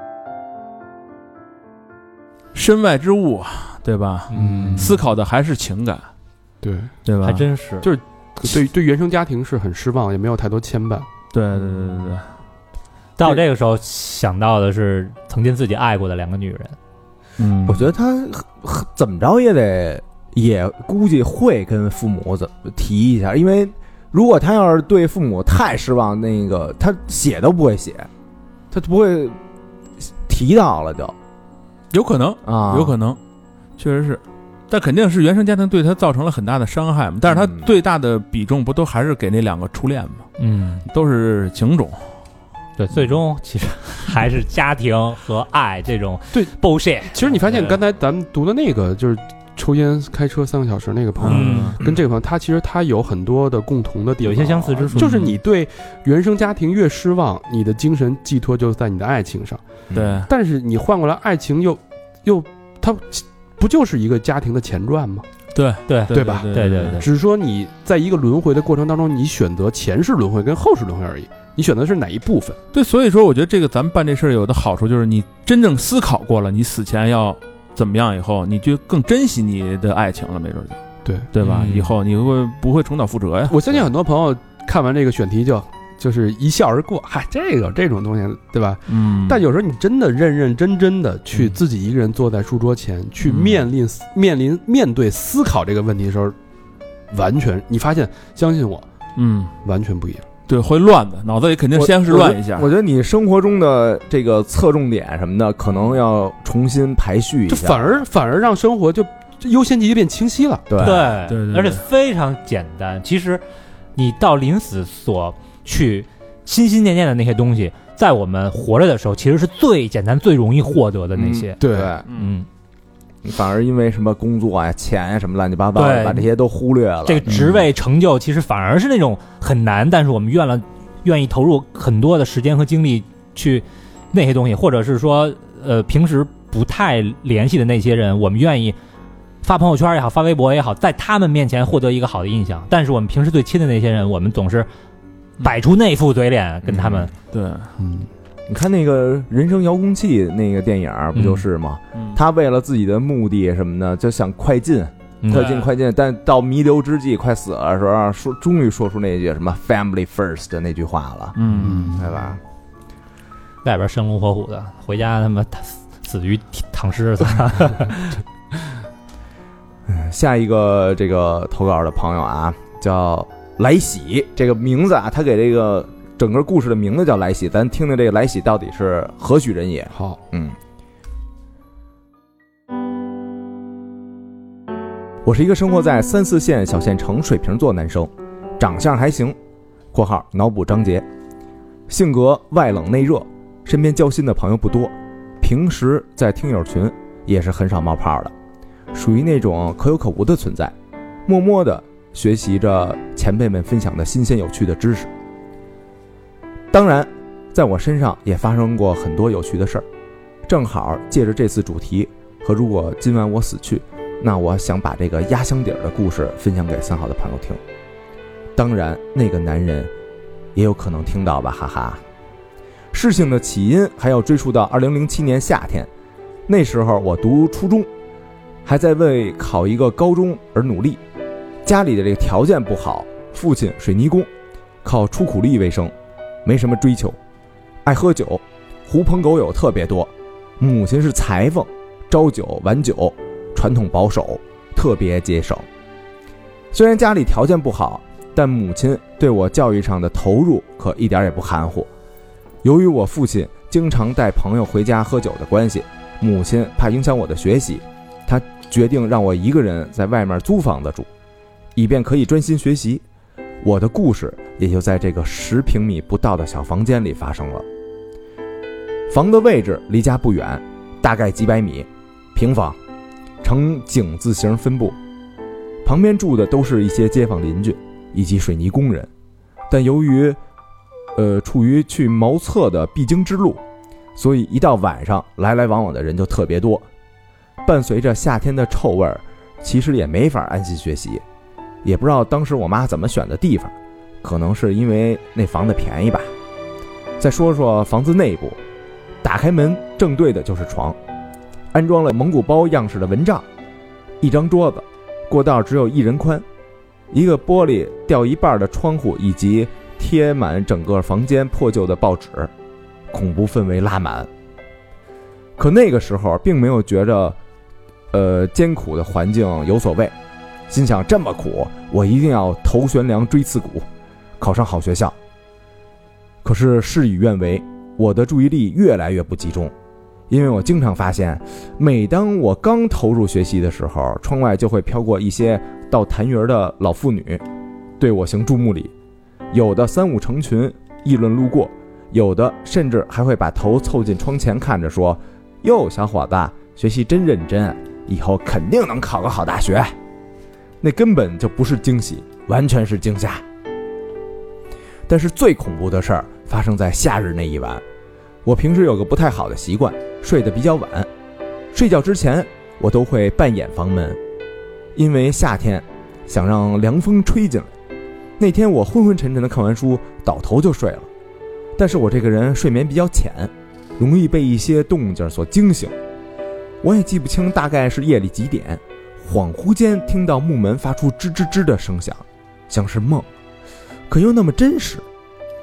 身外之物，对吧？嗯，思考的还是情感。
对
对吧？
还真是，
就是对对原生家庭是很失望，也没有太多牵绊。
对对对对对。
到这个时候想到的是曾经自己爱过的两个女人。
嗯，我觉得他怎么着也得也估计会跟父母怎么提一下，因为如果他要是对父母太失望，那个他写都不会写，他不会提到了就。
有可能
啊，
有可能，确实是。但肯定是原生家庭对他造成了很大的伤害嘛，但是他最大的比重不都还是给那两个初恋嘛？
嗯，
都是情种。
对，最终其实还是家庭和爱这种
对
bullshit。
其实你发现刚才咱们读的那个就是抽烟开车三个小时那个朋友，嗯、跟这个朋友，他其实他有很多的共同的地方，
有一些相似之处。
就是你对原生家庭越失望，你的精神寄托就在你的爱情上。
对，
但是你换过来，爱情又又它。不就是一个家庭的前传吗？
对
对
对吧？
对对对，
只是说你在一个轮回的过程当中，你选择前世轮回跟后世轮回而已，你选择的是哪一部分？
对，所以说我觉得这个咱们办这事儿有的好处就是你真正思考过了，你死前要怎么样以后，你就更珍惜你的爱情了，没准就
对
对吧？
嗯、
以后你会不会重蹈覆辙呀？
我相信很多朋友看完这个选题就就是一笑而过，嗨，这个这种东西，对吧？
嗯，
但有时候你真的认认真真的去自己一个人坐在书桌前，嗯、去面临面临面对思考这个问题的时候，完全你发现，相信我，
嗯，
完全不一样。
对，会乱的，脑子里肯定先是乱一下。
我, 我觉得你生活中的这个侧重点什么的，可能要重新排序一下，
就反而反而让生活就优先级就变清晰了。
对
对
对对，
而且非常简单。其实你到临死所去心心念念的那些东西，在我们活着的时候，其实是最简单、最容易获得的那些。
嗯、对，
嗯。
你反而因为什么工作啊、钱啊什么乱七八糟的，把这些都忽略了。
这个职位成就其实反而是那种很难，但是我们愿了愿意投入很多的时间和精力去那些东西，或者是说呃平时不太联系的那些人，我们愿意发朋友圈也好，发微博也好，在他们面前获得一个好的印象。但是我们平时最亲的那些人，我们总是摆出那副嘴脸跟他们。
嗯、
对，
嗯。你看那个人生遥控器那个电影不就是吗、嗯、他为了自己的目的什么的就想快进、嗯、快进快进，但到弥留之际快死了的时候说终于说出那句什么 family first 的那句话了，
嗯，
对吧？
外边生龙活虎的，回家他妈死于躺尸
下一个这个投稿的朋友啊叫来喜，这个名字啊他给这个整个故事的名字叫来喜，咱听听这个来喜到底是何许人也。
好，
嗯，我是一个生活在三四线小县城水瓶座男生，长相还行（括号脑补张杰），性格外冷内热，身边交心的朋友不多，平时在听友群也是很少冒泡的，属于那种可有可无的存在，默默地学习着前辈们分享的新鲜有趣的知识。当然在我身上也发生过很多有趣的事儿，正好借着这次主题和如果今晚我死去，那我想把这个压箱底儿的故事分享给三好的朋友听。当然那个男人也有可能听到吧，哈哈。事情的起因还要追溯到二零零七年夏天，那时候我读初中，还在为考一个高中而努力，家里的这个条件不好，父亲水泥工，靠出苦力为生，没什么追求，爱喝酒，狐朋狗友特别多，母亲是裁缝，朝九晚九，传统保守，特别节省。虽然家里条件不好，但母亲对我教育上的投入可一点也不含糊。由于我父亲经常带朋友回家喝酒的关系，母亲怕影响我的学习，她决定让我一个人在外面租房子住，以便可以专心学习。我的故事也就在这个十平米不到的小房间里发生了。房的位置离家不远，大概几百米，平房，呈井字形分布，旁边住的都是一些街坊邻居以及水泥工人，但由于呃处于去茅厕的必经之路，所以一到晚上来来往往的人就特别多。伴随着夏天的臭味儿，其实也没法安心学习。也不知道当时我妈怎么选的地方，可能是因为那房子便宜吧。再说说房子内部，打开门正对的就是床，安装了蒙古包样式的蚊帐，一张桌子，过道只有一人宽，一个玻璃掉一半的窗户，以及贴满整个房间破旧的报纸，恐怖氛围拉满。可那个时候并没有觉着呃艰苦的环境有所谓，心想这么苦，我一定要头悬梁锥刺股，考上好学校。可是事与愿违，我的注意力越来越不集中，因为我经常发现，每当我刚投入学习的时候，窗外就会飘过一些到痰盂的老妇女，对我行注目礼，有的三五成群议论路过，有的甚至还会把头凑近窗前看着说，哟，小伙子，学习真认真，以后肯定能考个好大学。那根本就不是惊喜，完全是惊吓。但是最恐怖的事儿发生在夏日那一晚。我平时有个不太好的习惯，睡得比较晚，睡觉之前我都会半掩房门，因为夏天想让凉风吹进来。那天我昏昏沉沉的看完书，倒头就睡了。但是我这个人睡眠比较浅，容易被一些动静所惊醒。我也记不清大概是夜里几点，恍惚间听到木门发出吱吱吱的声响，像是梦，可又那么真实。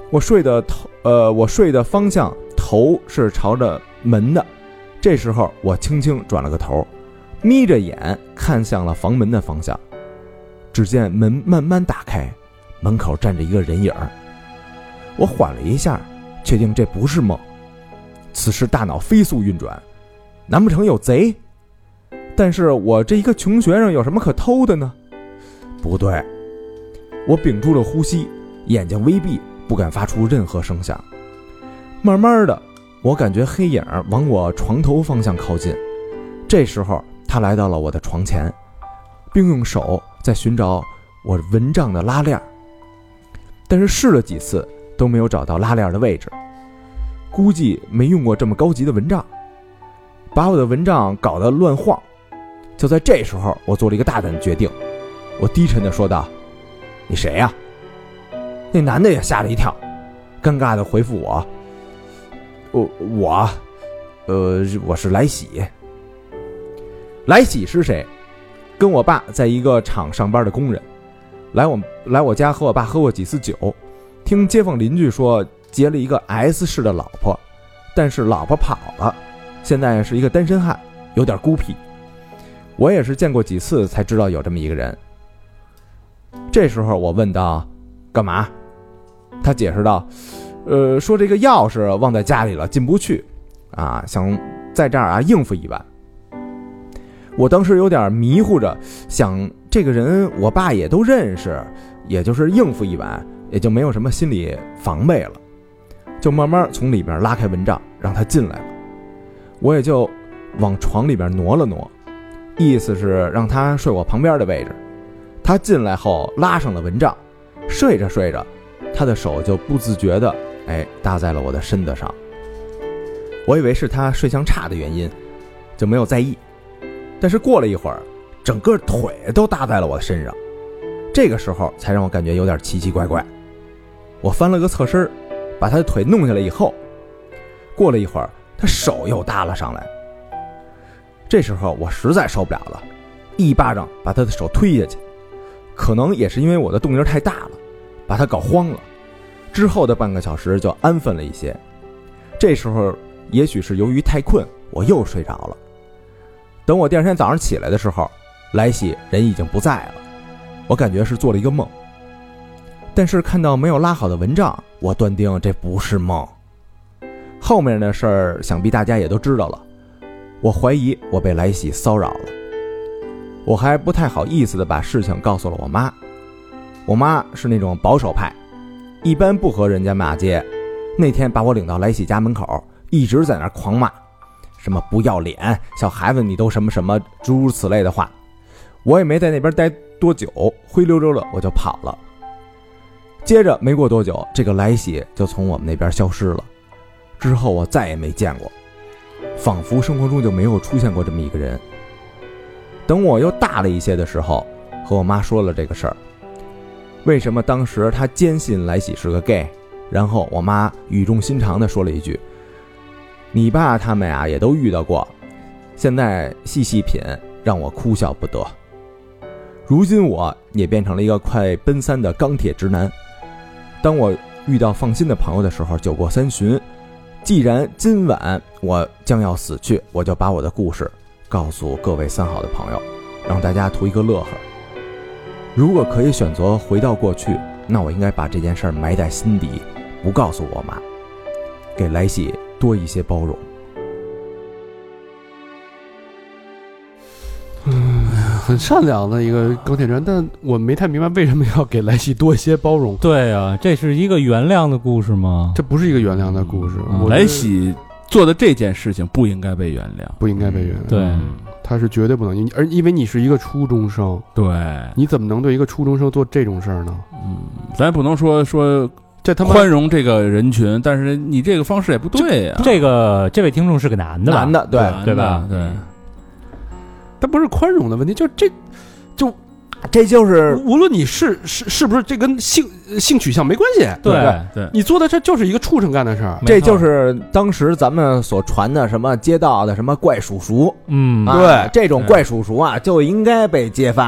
我睡的头，呃，我睡的方向头是朝着门的。这时候我轻轻转了个头，眯着眼看向了房门的方向。只见门慢慢打开，门口站着一个人影。我缓了一下，确定这不是梦。此时大脑飞速运转，难不成有贼？但是我这一个穷学生有什么可偷的呢？不对，我屏住了呼吸，眼睛微闭，不敢发出任何声响。慢慢的，我感觉黑影往我床头方向靠近。这时候他来到了我的床前，并用手在寻找我蚊帐的拉链，但是试了几次都没有找到拉链的位置。估计没用过这么高级的蚊帐，把我的蚊帐搞得乱晃。就在这时候，我做了一个大胆的决定，我低沉地说道：“你谁呀？”那男的也吓了一跳，尴尬地回复我：“我我，呃，我是来喜。”来喜是谁？跟我爸在一个厂上班的工人，来我来我家和我爸喝过几次酒，听街坊邻居说结了一个 S 市的老婆，但是老婆跑了，现在是一个单身汉，有点孤僻。我也是见过几次才知道有这么一个人。这时候我问道：“干嘛？”他解释道：“呃，说这个钥匙忘在家里了，进不去，啊，想在这儿啊应付一晚。”我当时有点迷糊着，想这个人我爸也都认识，也就是应付一晚，也就没有什么心理防备了，就慢慢从里面拉开蚊帐，让他进来了。我也就往床里边挪了挪，意思是让他睡我旁边的位置。他进来后拉上了蚊帐，睡着睡着，他的手就不自觉的哎搭在了我的身子上。我以为是他睡相差的原因，就没有在意。但是过了一会儿，整个腿都搭在了我的身上，这个时候才让我感觉有点奇奇怪怪。我翻了个侧身，把他的腿弄下来以后，过了一会儿，他手又搭了上来。这时候我实在受不了了，一巴掌把他的手推下去。可能也是因为我的动静太大了，把他搞慌了。之后的半个小时就安分了一些。这时候也许是由于太困，我又睡着了。等我第二天早上起来的时候，来喜人已经不在了，我感觉是做了一个梦。但是看到没有拉好的蚊帐，我断定这不是梦。后面的事儿想必大家也都知道了，我怀疑我被来喜骚扰了。我还不太好意思地把事情告诉了我妈。我妈是那种保守派，一般不和人家骂街。那天把我领到来喜家门口，一直在那儿狂骂，什么不要脸，小孩子你都什么什么，诸如此类的话。我也没在那边待多久，灰溜溜的我就跑了。接着没过多久，这个来喜就从我们那边消失了。之后我再也没见过，仿佛生活中就没有出现过这么一个人。等我又大了一些的时候，和我妈说了这个事儿。为什么当时她坚信来喜是个 gay？ 然后我妈语重心长地说了一句：“你爸他们呀也都遇到过，现在细细品，让我哭笑不得。”如今我也变成了一个快奔三的钢铁直男。当我遇到放心的朋友的时候，酒过三巡，既然今晚我将要死去，我就把我的故事告诉各位三好的朋友，让大家图一个乐呵。如果可以选择回到过去，那我应该把这件事儿埋在心底，不告诉我妈，给来喜多一些包容。
嗯，很善良的一个钢铁人，但我没太明白为什么要给来喜多一些包容。
对啊，这是一个原谅的故事吗？
这不是一个原谅的故事。
嗯、来喜做的这件事情不应该被原谅，
不应该被原谅。
对。
嗯，他是绝对不能，而因为你是一个初中生，
对，
你怎么能对一个初中生做这种事儿呢？
嗯，咱也不能说说
这他妈
宽容这个人群，但是你这个方式也不对呀、啊。
这个这位听众是个男的吧？
男的，对
对吧？
对，
他不是宽容的问题，就这，就
这就是
无论你是是是不是这跟性性取向没关系，
对
对, 对，
你做的这就是一个畜生干的事儿，
这就是当时咱们所传的什么街道的什么怪叔叔，
嗯，
啊、
对，
这种怪叔叔啊就应该被揭发，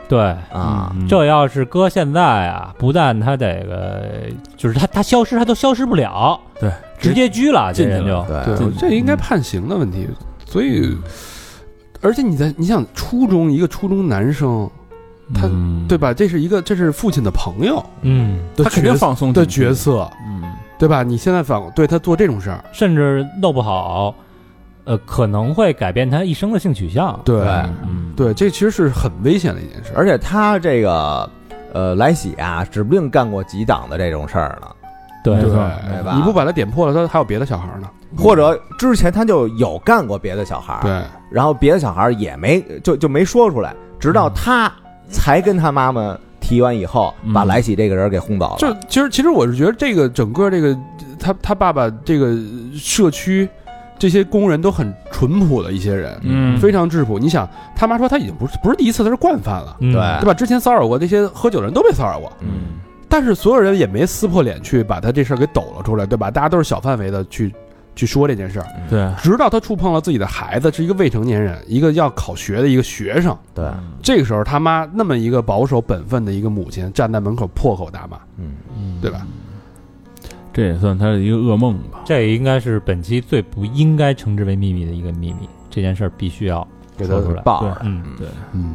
对
啊，
嗯、这要是搁现在啊，不但他这个就是他他消失，他都消失不了，
对，
直接拘了，这人就
对
对，这应该判刑的问题。所以，而且你在你想初中一个初中男生，他、
嗯、
对吧？这是一个这是父亲的朋友，
嗯，
他肯定放松
的角色，
嗯，
对吧？你现在反对他做这种事儿，
甚至弄不好，呃，可能会改变他一生的性取向。
对，
嗯，
对，这其实是很危险的一件事。
而且他这个呃来喜啊，指不定干过几档的这种事儿呢。
对
对
对吧？
你不把他点破了，他还有别的小孩呢，
或者之前他就有干过别的小孩，
对，
然后别的小孩也没就就没说出来，直到他才跟他妈妈提完以后，把来喜这个人给轰走了。
就其实其实我是觉得这个整个这个他他爸爸这个社区这些工人都很淳朴的一些人，
嗯，
非常质朴。你想他妈说他已经不是不是第一次，他是惯犯了，
嗯、
对
对吧？之前骚扰过这些喝酒的人都被骚扰过，
嗯。
但是所有人也没撕破脸去把他这事儿给抖了出来，对吧？大家都是小范围的去去说这件事儿，
对，
直到他触碰了自己的孩子，是一个未成年人，一个要考学的一个学生，
对，
这个时候他妈那么一个保守本分的一个母亲站在门口破口大骂，
嗯，
对吧？
这也算他的一个噩梦吧。
这应该是本期最不应该称之为秘密的一个秘密，这件事儿必须要
给他
出来
爆。
嗯，
对，
嗯。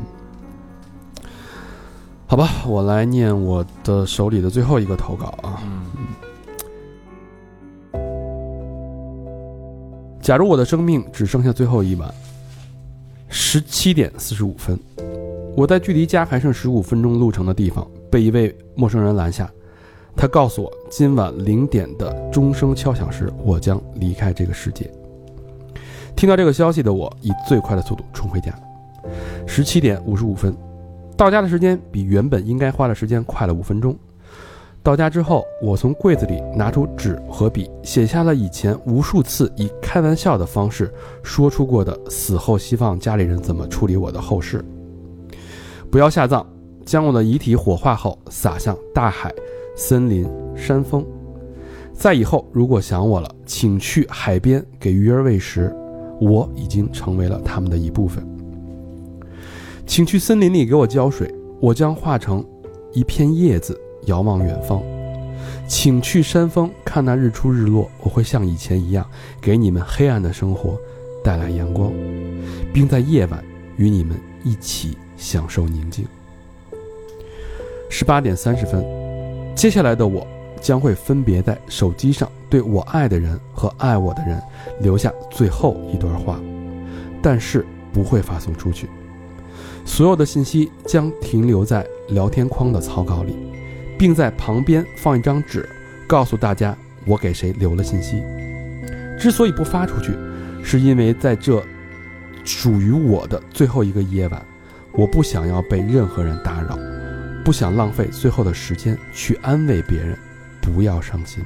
好吧，我来念我的手里的最后一个投稿啊。嗯，假如我的生命只剩下最后一晚，十七点四十五分，我在距离家还剩十五分钟路程的地方被一位陌生人拦下，他告诉我，今晚零点的钟声敲响时，我将离开这个世界。听到这个消息的我，以最快的速度冲回家。十七点五十五分。到家的时间比原本应该花的时间快了五分钟。到家之后，我从柜子里拿出纸和笔，写下了以前无数次以开玩笑的方式说出过的死后希望家里人怎么处理我的后事。不要下葬，将我的遗体火化后撒向大海、森林、山峰。在以后如果想我了，请去海边给鱼儿喂食，我已经成为了他们的一部分。请去森林里给我浇水，我将化成一片叶子遥望远方。请去山峰看那日出日落，我会像以前一样给你们黑暗的生活带来阳光，并在夜晚与你们一起享受宁静。十八点三十分，接下来的我将会分别在手机上对我爱的人和爱我的人留下最后一段话，但是不会发送出去。所有的信息将停留在聊天框的草稿里，并在旁边放一张纸，告诉大家我给谁留了信息。之所以不发出去，是因为在这属于我的最后一个夜晚，我不想要被任何人打扰，不想浪费最后的时间去安慰别人，不要伤心。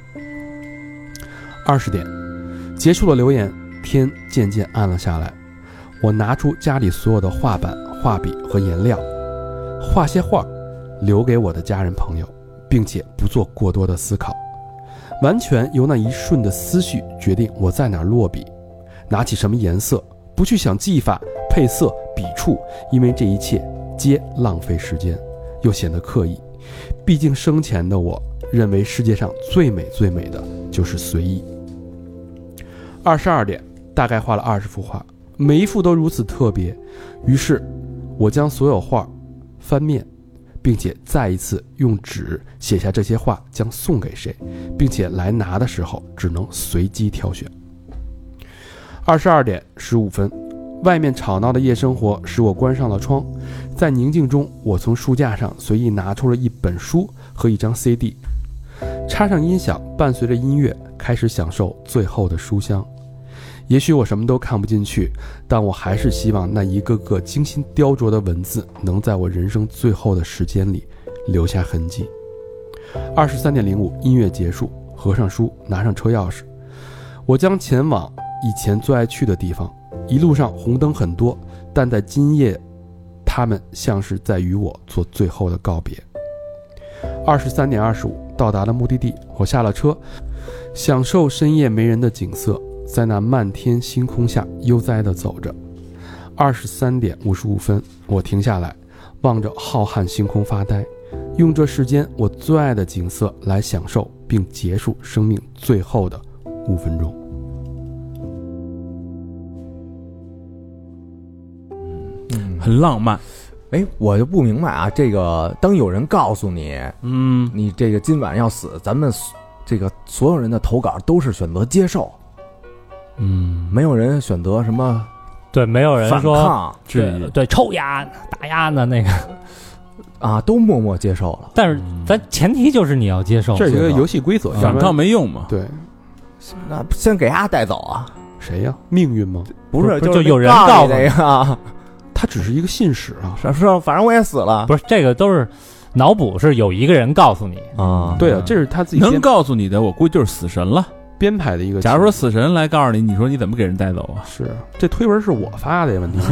二十点，结束了留言，天渐渐暗了下来。我拿出家里所有的画板、画笔和颜料，画些画，留给我的家人朋友，并且不做过多的思考，完全由那一瞬的思绪决定我在哪儿落笔，拿起什么颜色，不去想技法、配色、笔触，因为这一切皆浪费时间，又显得刻意。毕竟生前的我认为世界上最美最美的就是随意。二十二点，大概画了二十幅画，每一幅都如此特别，于是我将所有画翻面，并且再一次用纸写下这些画将送给谁，并且来拿的时候只能随机挑选。二十二点十五分，外面吵闹的夜生活使我关上了窗，在宁静中，我从书架上随意拿出了一本书和一张 C D， 插上音响，伴随着音乐开始享受最后的书香。也许我什么都看不进去，但我还是希望那一个个精心雕琢的文字能在我人生最后的时间里留下痕迹。二十三点零五，音乐结束，合上书，拿上车钥匙，我将前往以前最爱去的地方。一路上红灯很多，但在今夜，他们像是在与我做最后的告别。二十三点二十五，到达了目的地，我下了车，享受深夜没人的景色，在那漫天星空下悠哉地走着。二十三点五十五分，我停下来， 望着浩瀚星空发呆，用这世间我最爱的景色来享受并结束生命最后的五分钟。
嗯，很浪漫。
哎，我就不明白啊，这个当有人告诉你，
嗯，
你这个今晚要死，咱们这个所有人的投稿都是选择接受，
嗯，
没有人选择什么
对，没有人
反
说
抗，
对对抽丫打丫呢那个
啊，都默默接受了。
但是咱前提就是你要接受，
这是一个游戏规则，
反抗没用嘛？
对，
那先给他带走啊？
谁呀？命运吗？
不是，
就有人告诉
你啊，
他只是一个信使啊。
是是，反正我也死了。
不是，这个都是脑补，是有一个人告诉你
啊。
对啊，这是他自己
能告诉你的，我估计就是死神了。
编排的一个，
假如说死神来告诉你，你说你怎么给人带走啊？
是这推文是我发的呀，问题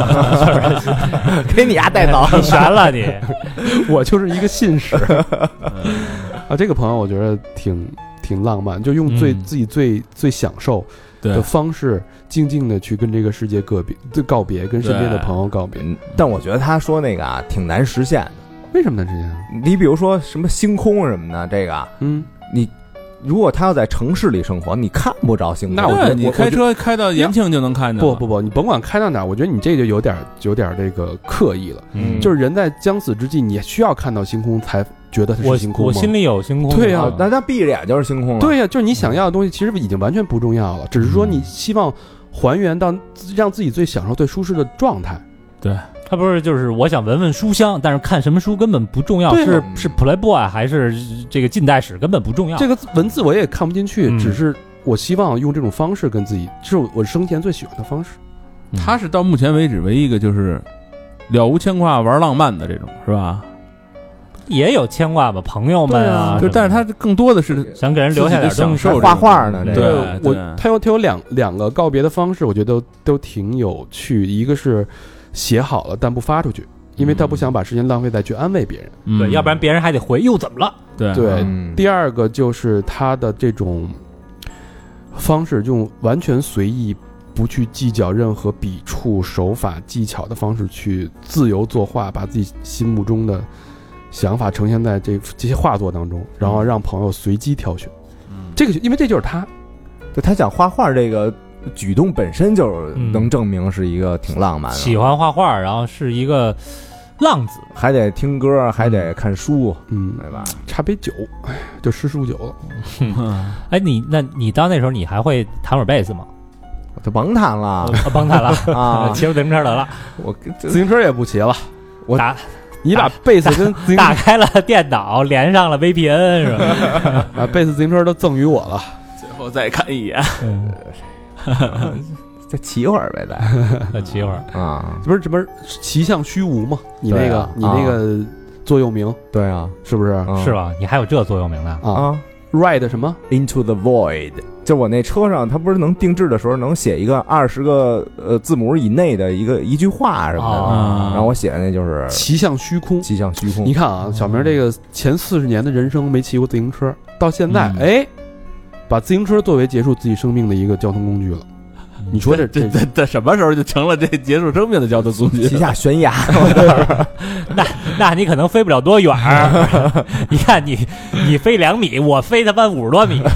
给你丫带走，
你悬了你，
我就是一个信使啊。这个朋友我觉得挺挺浪漫，就用最、嗯、自己最最享受的方式，静静的去跟这个世界告别，告别，跟身边的朋友告别。
但我觉得他说那个啊，挺难实现的。
为什么难实现？
你比如说什么星空什么的，这个，
嗯，
你。如果他要在城市里生活，你看不着星空。
那我觉得
你开车开到延庆就能看见。
不不不，你甭管开到哪儿，我觉得你这就有点有点这个刻意了。嗯，就是人在将死之际，你需要看到星空才觉得它是星空吗？
我我心里有星空。
对呀、啊，
那他闭着眼就是星空了。
对呀、啊，就是你想要的东西，其实已经完全不重要了，只是说你希望还原到让自己最享受、最舒适的状态。
对。
他不是就是我想闻闻书香，但是看什么书根本不重要，是是 Playboy 还是这个近代史根本不重要。
这个文字我也看不进去，
嗯、
只是我希望用这种方式跟自己，这是我生前最喜欢的方式。
嗯、他是到目前为止唯一一个就是了无牵挂玩浪漫的这种，是吧？
也有牵挂吧，朋友们啊，
就但是他更多的是
想给人留下点东西，
画画呢。
对，
这
个、我他有他有两两个告别的方式，我觉得都都挺有趣。一个是写好了但不发出去。因为他不想把时间浪费在去安慰别人，
嗯、对，要不然别人还得回又怎么了？
对
对、
嗯。
第二个就是他的这种方式，用完全随意、不去计较任何笔触、手法、技巧的方式去自由作画，把自己心目中的想法呈现在这这些画作当中，然后让朋友随机挑选。嗯，这个因为这就是他，
就他想画画这个。举动本身就能证明是一个挺浪漫的、
嗯，喜欢画画，然后是一个浪子，
还得听歌，还得看书，
嗯，
对吧？
插杯酒，哎，就诗书酒了。
哎，你那你到那时候你还会弹会儿贝斯吗？
我就甭弹了，
甭弹了
啊，
骑自行车得了。
我自行车也不骑了，
我
打
你把贝斯跟自行车
打开了电脑，连上了 V P N 是吧？
把贝斯自行车都赠予我了，
最后再看一眼。
嗯
再骑会儿呗，
再再骑会儿
啊！
这不是这不是骑向虚无吗？你那个、
啊、
你那个座右铭，
对啊，
是不是？
啊、
是吧？你还有这座右铭呢？
啊 ，Ride 什么
Into the Void， 就我那车上，它不是能定制的时候能写一个二十个呃字母以内的一个一句话什么的，
啊、
然后我写的那就是
骑向虚空，
骑向虚空。
你看啊，小明这个前四十年的人生没骑过自行车，到现在哎。嗯把自行车作为结束自己生命的一个交通工具了，你说这
这这这什么时候就成了这结束生命的交通工具？
骑下悬崖，
那那你可能飞不了多远儿。你看你你飞两米，我飞他妈五十多米。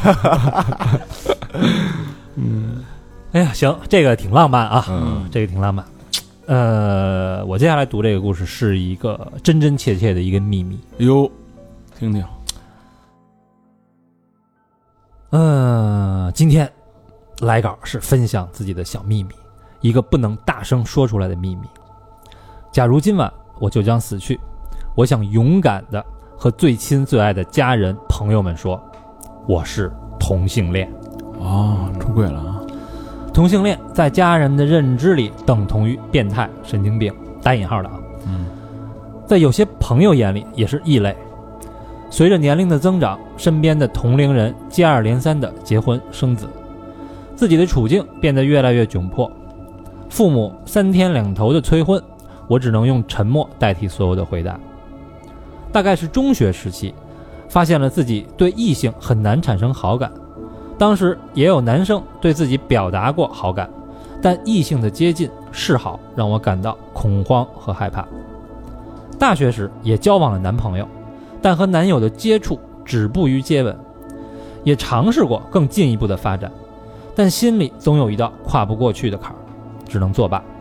嗯，
哎呀，行，这个挺浪漫啊，
嗯，
这个挺浪漫。呃，我接下来读这个故事是一个真真切切的一个秘密。
哟，听听。
呃，今天来稿是分享自己的小秘密，一个不能大声说出来的秘密。假如今晚我就将死去，我想勇敢的和最亲最爱的家人朋友们说，我是同性恋。
哦，出柜了啊！
同性恋在家人的认知里等同于变态、神经病，打引号的啊。
嗯，
在有些朋友眼里也是异类。随着年龄的增长，身边的同龄人接二连三的结婚生子，自己的处境变得越来越窘迫。父母三天两头的催婚，我只能用沉默代替所有的回答。大概是中学时期，发现了自己对异性很难产生好感。当时也有男生对自己表达过好感，但异性的接近示好让我感到恐慌和害怕。 大学时也交往了男朋友，但和男友的接触止步于接吻，也尝试过更进一步的发展，但心里总有一道跨不过去的坎儿，只能作罢。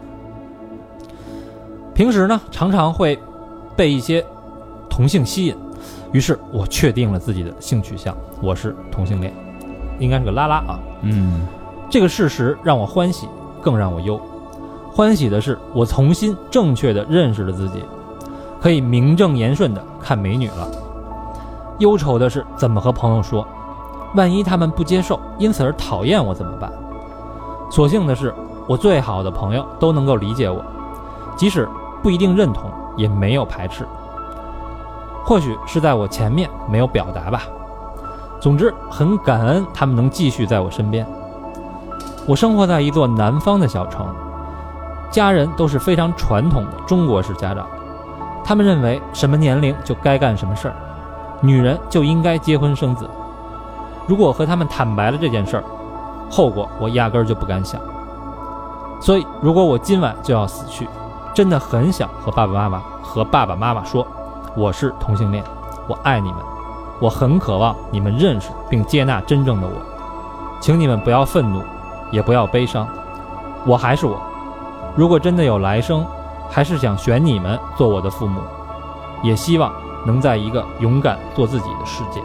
平时呢，常常会被一些同性吸引，于是我确定了自己的性取向，我是同性恋，应该是个拉拉啊。
嗯，
这个事实让我欢喜，更让我忧。欢喜的是，我重新正确地认识了自己，可以名正言顺地看美女了。忧愁的是，怎么和朋友说？万一他们不接受，因此而讨厌我怎么办？所幸的是，我最好的朋友都能够理解我，即使不一定认同，也没有排斥。或许是在我前面没有表达吧。总之，很感恩他们能继续在我身边。我生活在一座南方的小城，家人都是非常传统的中国式家长，他们认为什么年龄就该干什么事儿，女人就应该结婚生子。如果我和他们坦白了这件事儿，后果我压根儿就不敢想。所以，如果我今晚就要死去，真的很想和爸爸妈妈和爸爸妈妈说，我是同性恋，我爱你们，我很渴望你们认识并接纳真正的我，请你们不要愤怒，也不要悲伤，我还是我。如果真的有来生，还是想选你们做我的父母，也希望能在一个勇敢做自己的世界。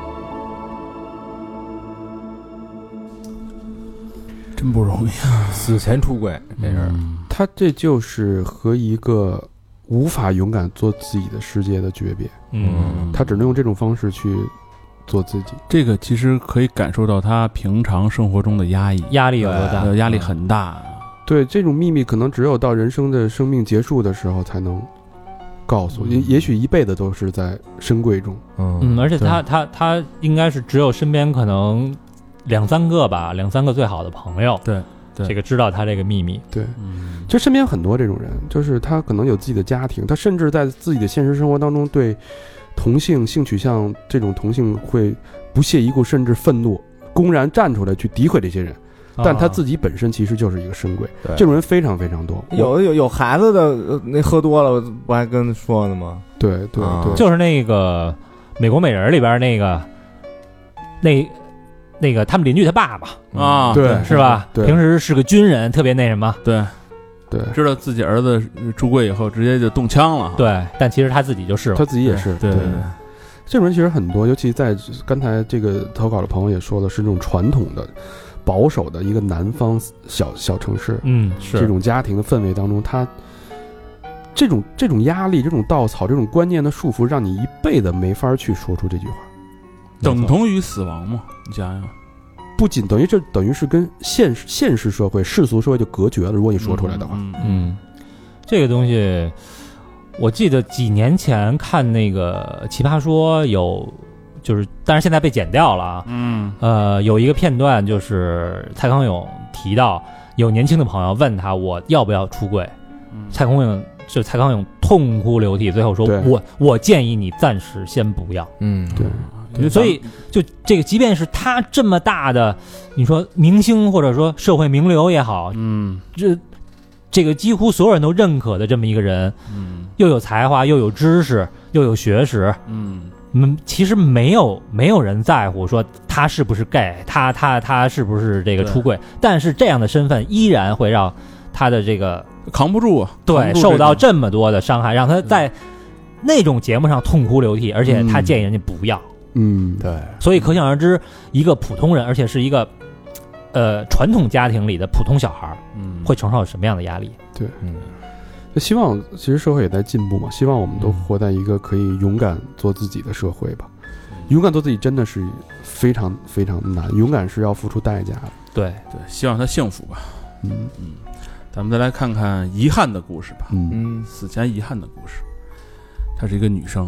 真不容易啊！
死前出柜这事儿，
他这就是和一个无法勇敢做自己的世界的诀别。
嗯，
他只能用这种方式去做自己。
这个其实可以感受到他平常生活中的压抑，
压力有多大？
呃压力很大。
对，这种秘密可能只有到人生的生命结束的时候才能告诉，也、嗯、也许一辈子都是在深柜中。
嗯嗯，而且他他他应该是只有身边可能两三个吧，两三个最好的朋友，
对，对
这个知道他这个秘密。
对，嗯，就身边很多这种人，就是他可能有自己的家庭，他甚至在自己的现实生活当中对同性性取向这种同性会不屑一顾，甚至愤怒，公然站出来去诋毁这些人。但他自己本身其实就是一个深柜，啊，这种人非常非常多。
有有有孩子的，那喝多了不还跟说呢吗？
对对对，啊，
就是那个美国美人里边那个那那个他们邻居他爸爸
啊，
嗯，对，
是吧？
对，
平时是个军人，特别那什么。
对
对，
知道自己儿子出柜以后，直接就动枪了。
对，但其实他自己就是了，
他自己也是。
对对对，
这种人其实很多，尤其在刚才这个投稿的朋友也说了，是这种传统的保守的一个南方小小城市，
嗯，是
这种家庭的氛围当中，他这种这种压力、这种稻草、这种观念的束缚，让你一辈子没法去说出这句话，
等同于死亡嘛？你想想，
不仅等于这等于是跟现实现实社会、世俗社会就隔绝了。如果你说出来的话，
嗯，嗯这个东西，我记得几年前看那个《奇葩说》有。就是，但是现在被剪掉了啊。
嗯，
呃，有一个片段就是蔡康永提到有年轻的朋友问他我要不要出柜，嗯，蔡康永就蔡康永痛哭流涕，最后说我我建议你暂时先不要。
嗯，对。
所以就这个，即便是他这么大的，你说明星或者说社会名流也好，
嗯，
这这个几乎所有人都认可的这么一个人，
嗯，
又有才华，又有知识，又有学识，
嗯。
嗯，其实没有没有人在乎说他是不是 gay， 他他他是不是这个出柜，但是这样的身份依然会让他的这个
扛不住，
对，受到这么多的伤害，让他在那种节目上痛哭流涕，而且他建议人家不要。
嗯，
对。
所以可想而知，一个普通人，而且是一个呃传统家庭里的普通小孩，嗯，会承受什么样的压力？
对，嗯。希望其实社会也在进步嘛，希望我们都活在一个可以勇敢做自己的社会吧。嗯，勇敢做自己真的是非常非常难，勇敢是要付出代价的。
对
对，希望他幸福吧。
嗯
嗯，咱们再来看看遗憾的故事吧。
嗯，
死前遗憾的故事。她是一个女生。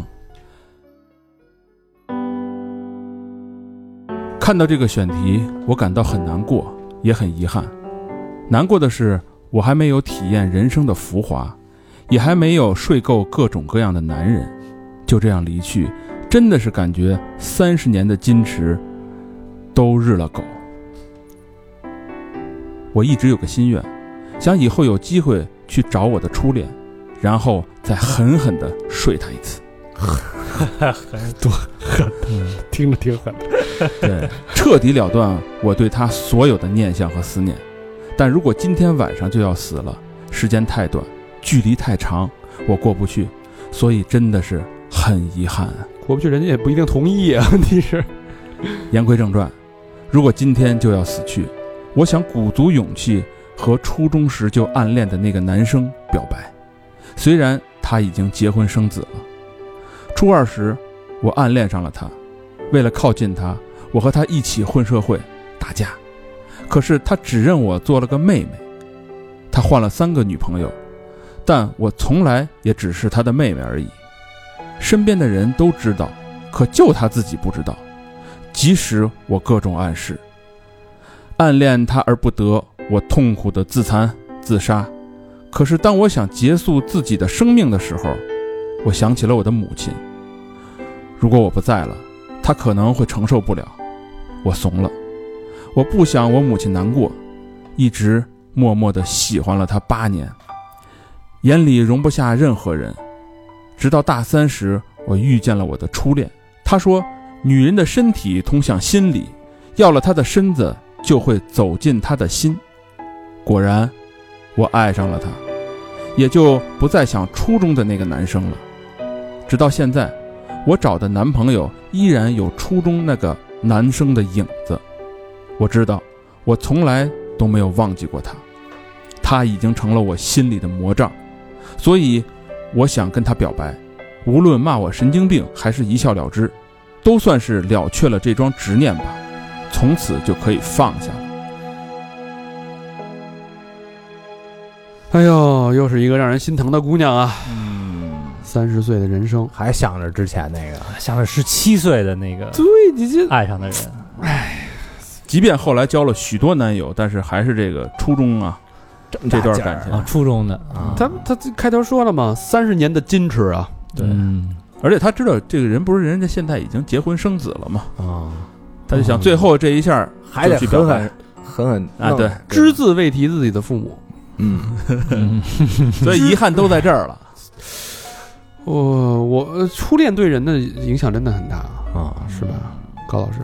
看到这个选题，我感到很难过，也很遗憾。难过的是，我还没有体验人生的浮华，也还没有睡够各种各样的男人，就这样离去，真的是感觉三十年的矜持都日了狗。我一直有个心愿，想以后有机会去找我的初恋，然后再狠狠地睡他一次。
多狠，听着挺狠。
对，彻底了断我对他所有的念想和思念。但如果今天晚上就要死了，时间太短，距离太长，我过不去，所以真的是很遗憾啊。
过不去，人家也不一定同意啊。问题是，
言归正传，如果今天就要死去，我想鼓足勇气和初中时就暗恋的那个男生表白，虽然他已经结婚生子了。初二时，我暗恋上了他，为了靠近他，我和他一起混社会打架，可是他只认我做了个妹妹。他换了三个女朋友，但我从来也只是他的妹妹而已。身边的人都知道，可就他自己不知道。即使我各种暗示，暗恋他而不得，我痛苦的自残自杀。可是当我想结束自己的生命的时候，我想起了我的母亲。如果我不在了，她可能会承受不了。我怂了，我不想我母亲难过，一直默默地喜欢了她八年，眼里容不下任何人。直到大三时，我遇见了我的初恋。她说，女人的身体通向心里，要了她的身子，就会走进她的心。果然，我爱上了她，也就不再想初中的那个男生了。直到现在，我找的男朋友依然有初中那个男生的影子。我知道，我从来都没有忘记过他，他已经成了我心里的魔杖。所以，我想跟他表白，无论骂我神经病还是一笑了之，都算是了却了这桩执念吧，从此就可以放下了。
哎呦，又是一个让人心疼的姑娘啊！
嗯，
三十岁的人生，
还想着之前那个，
像是十七岁的那个
对你这
爱上的人，
哎，
即便后来交了许多男友，但是还是这个初中啊，这段感情
啊，初中的
啊，
他他开头说了嘛，三十年的矜持啊，
对，
嗯
而且他知道这个人不是人家现在已经结婚生子了嘛，
啊，
他就想最后这一下
还得
就去表白
狠狠狠狠
啊，对，
只字未提自己的父母。
嗯，所以遗憾都在这儿了。
我我初恋对人的影响真的很大
啊，
是吧，高老师？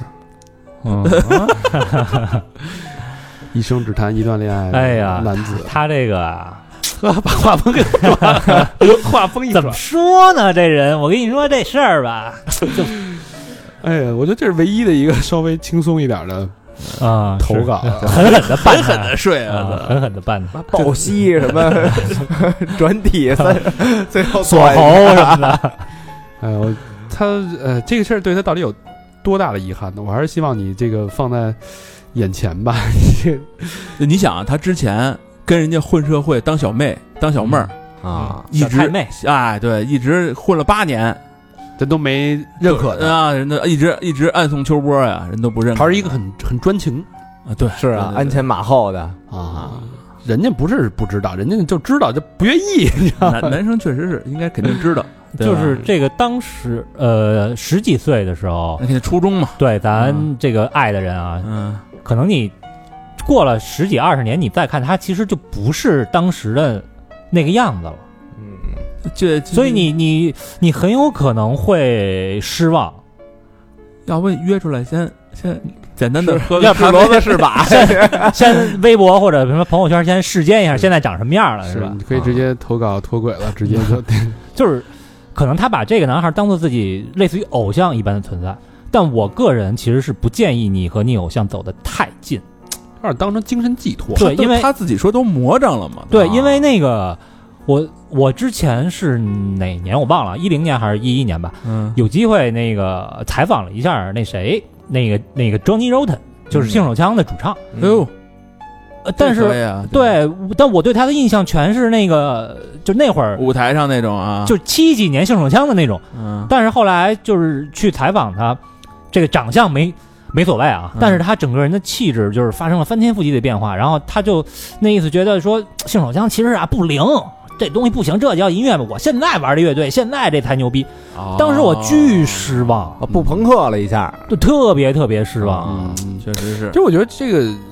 嗯，
一生只谈一段恋爱，
哎呀，
男子，
他这个啊，
把画风给画风一
怎么说呢？这人，我跟你说这事儿吧，就，
哎呀，我觉得这是唯一的一个稍微轻松一点的
啊
投稿，
狠狠的办，
狠狠的睡
啊，狠狠的办他，
抱膝什么转体三，最后
锁喉什么的。
哎呦，他呃，这个事儿对他到底有多大的遗憾呢？我还是希望你这个放在眼前吧。
你想啊，他之前跟人家混社会当小妹当小妹儿、
嗯、啊，
一直
妹
哎对，一直混了八年，
这都没认可的
啊，人家一直一直暗送秋波呀，人都不认可。
他是一个很很专情
啊，对，
是啊，鞍前马后的
啊。人家不是不知道，人家就知道，就不愿意。你知道
男男生确实是应该肯定知道，
就是这个当时呃十几岁的时候，
那肯定初中嘛。
对，咱这个爱的人啊，
嗯，
可能你过了十几二十年，你再看他，其实就不是当时的那个样子了。
嗯，
这
所以你你你很有可能会失望。
要不约出来先先简单的喝
要
吃骡子是吧？
先先微博或者什么朋友圈先试奸一下，现在长什么样了，是吧？
你可以直接投稿脱轨了，直接就
就是可能他把这个男孩当做自己类似于偶像一般的存在，但我个人其实是不建议你和你偶像走得太近，
有点当成精神寄托。
对，因为
他自己说都魔怔了嘛。
对，因为那个我我之前是哪年我忘了，一零年还是一一年吧，
嗯，
有机会那个采访了一下那谁，那个那个 Johnny Rotten， 就是性手枪的主唱。
哎呦，
呃，但是对，但我对他的印象全是那个，就那会儿
舞台上那种啊，
就七几年性手枪的那种。
嗯，
但是后来就是去采访他，这个长相没没所谓啊，但是他整个人的气质就是发生了翻天覆地的变化。然后他就那意思觉得说，性手枪其实啊不灵。这东西不行，这叫音乐吧？我现在玩的乐队，现在这才牛逼。哦、当时我巨失望，
不朋克了一下，
就特别特别失望。
嗯，确实是。
就我觉得这个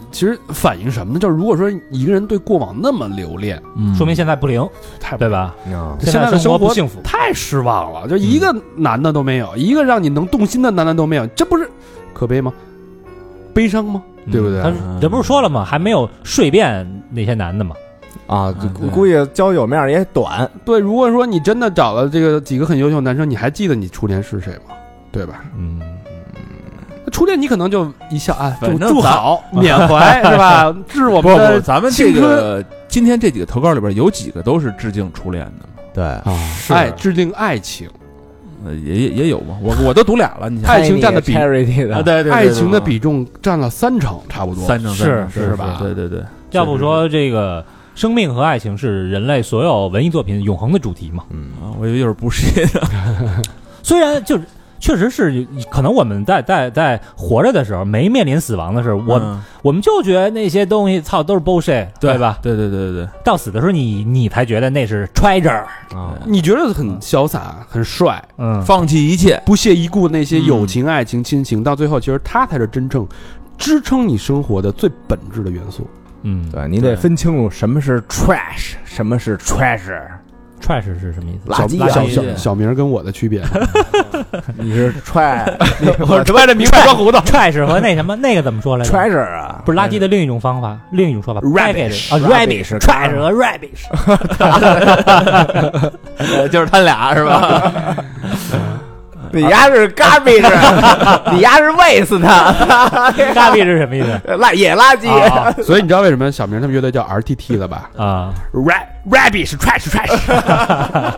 其实反映什么呢？就是如果说一个人对过往那么留恋，
嗯
说明现在不灵，
太
对吧？
嗯
现在的
生
生活
不幸福，
太失望了，就一个男的都没有，一个让你能动心的男的都没有，这不是可悲吗？悲伤吗？对不对？
他这不是说了吗？还没有睡遍那些男的吗？
啊，估计交友面也短。
对，如果说你真的找了这个几个很优秀的男生，你还记得你初恋是谁吗？对吧？
嗯，
初恋你可能就一笑啊，祝
反正
祝好，缅怀是吧？致我
不
们的
不，咱们这个今天这几个投稿里边有几个都是致敬初恋的嘛？
对
啊，爱致敬爱情，
呃，也也也有嘛。我我都读俩了，你
爱情占的比
charity 的，
啊，对对，
爱情的比重占了三成，差不多
三成
是
是
吧？
对对对，
要不说这个生命和爱情是人类所有文艺作品永恒的主题嘛？
嗯
啊，我以为又是不是的，
虽然就是确实是可能我们在在在活着的时候没面临死亡的时候，我、
嗯、
我们就觉得那些东西操都是 bullshit， 对吧？
对对对对对，
到死的时候你你才觉得那是 treasure
啊，
你觉得很潇洒、很帅，
嗯，
放弃一切，
不屑一顾那些友情、爱情、亲情，到最后其实他才是真正支撑你生活的最本质的元素。
嗯，
对你得分清楚什么是 trash， 什么是 treasure。trash
是什么意思？
垃圾啊
小小小明跟我的区别，
你是 trash，
我揣着明白装糊涂。
trash 和那什么那个怎么说来着
treasure 啊，
不是垃圾的另一种方法，另一种说法
rubbish
啊
rubbish
trash 和 rubbish，
就是他俩是吧？
你丫是 garbage， 你丫是 waste，
咖喱是什么意思？
垃野垃圾。
啊、所以你知道为什么小明他们乐队叫 R T T 了吧？
啊
，rab rubbish trash trash，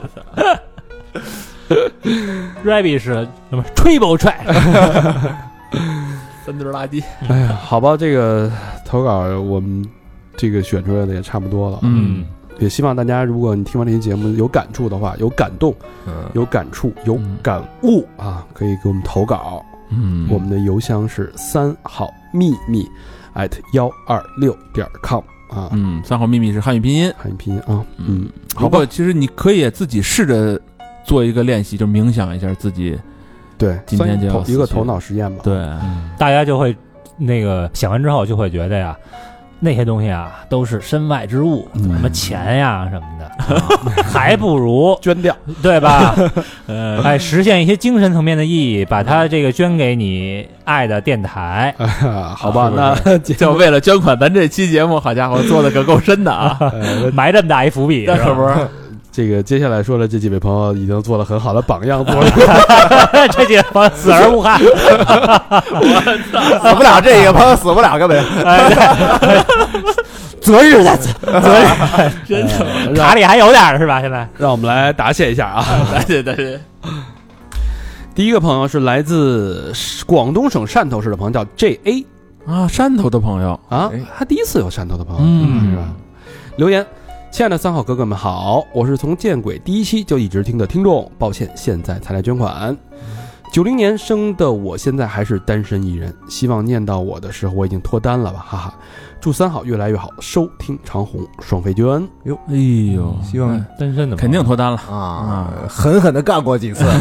rubbish 什么 triple trash，
三堆垃圾。
哎呀，好吧，这个投稿我们这个选出来的也差不多了。
嗯。
也希望大家，如果你听完这期节目有感触的话，有感动，
嗯、
有感触，有感悟、嗯、啊，可以给我们投稿。
嗯，
我们的邮箱是三好秘密 at 幺二六点 com 啊。
嗯，三好秘密是汉语拼音，
汉语拼音啊。嗯，
不过其实你可以自己试着做一个练习，就冥想一下自己。
对，
今天就要
一个头脑实验吧。
对、
嗯，大家就会那个想完之后就会觉得呀。那些东西啊，都是身外之物，什么钱呀什么的，啊、还不如
捐掉，
对吧？呃，哎，实现一些精神层面的意义，把它这个捐给你爱的电台，
啊、好吧？那
就为了捐款，咱这期节目，好家伙，做的可够深的啊，
埋这么大一伏笔，
那可不是。
这个接下来说的这几位朋友已经做了很好的榜样，做了
这几位朋友死而无憾，
我操，死不了这个朋友死不了，根本。
择日的择日，真的卡里还有点是吧？现在
让我们来答谢一下啊，
答谢答谢。
第一个朋友是来自广东省汕头市的朋友，叫 J A
啊，汕头的朋友
啊，他第一次有汕头的朋友，
嗯，
是吧？留言。亲爱的三好哥哥们好，我是从见鬼第一期就一直听的听众，抱歉现在才来捐款。九零年生的我现在还是单身一人，希望念到我的时候我已经脱单了吧，哈哈。祝三好越来越好，收听长虹双飞捐。
哟，哎呦，
希望
单身的
肯定脱单了
啊！狠狠的干过几次，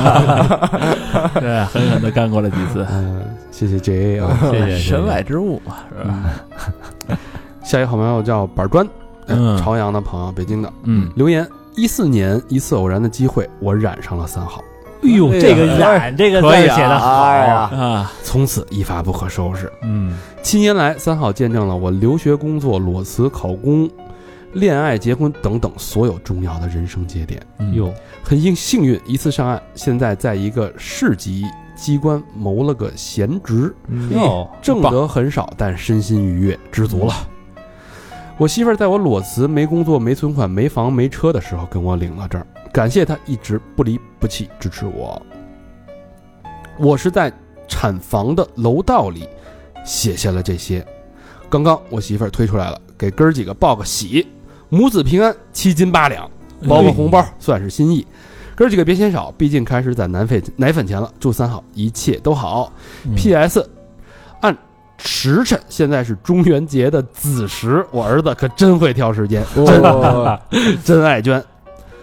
对，狠狠的干过了几次。
嗯，谢谢 J A 啊，
谢谢
身外之物是吧？
嗯、下一个好朋友叫板砖。
嗯，
朝阳的朋友，北京的，
嗯，
留言：一四年一次偶然的机会，我染上了三好。
哎呦，这个染这个字写的好
呀
啊！
从此一发不可收拾。
嗯，
七年来，三好见证了我留学、工作、裸辞、考公、恋爱、结婚等等所有重要的人生节点。
哟、
嗯，
很幸幸运一次上岸，现在在一个市级机关谋了个闲职，
哟、
嗯，挣得很少，但身心愉悦，知足了。嗯我媳妇儿在我裸辞、没工作、没存款、没房、没车的时候跟我领了证，感谢她一直不离不弃支持我。我是在产房的楼道里写下了这些。刚刚我媳妇儿推出来了，给哥儿几个报个喜，母子平安，七斤八两，包个红包算是心意。哥儿几个别嫌少，毕竟开始攒奶粉奶粉钱了。祝三好一切都好。
嗯、
P S 按时辰现在是中元节的子时，我儿子可真会挑时间，真、哦、真爱捐。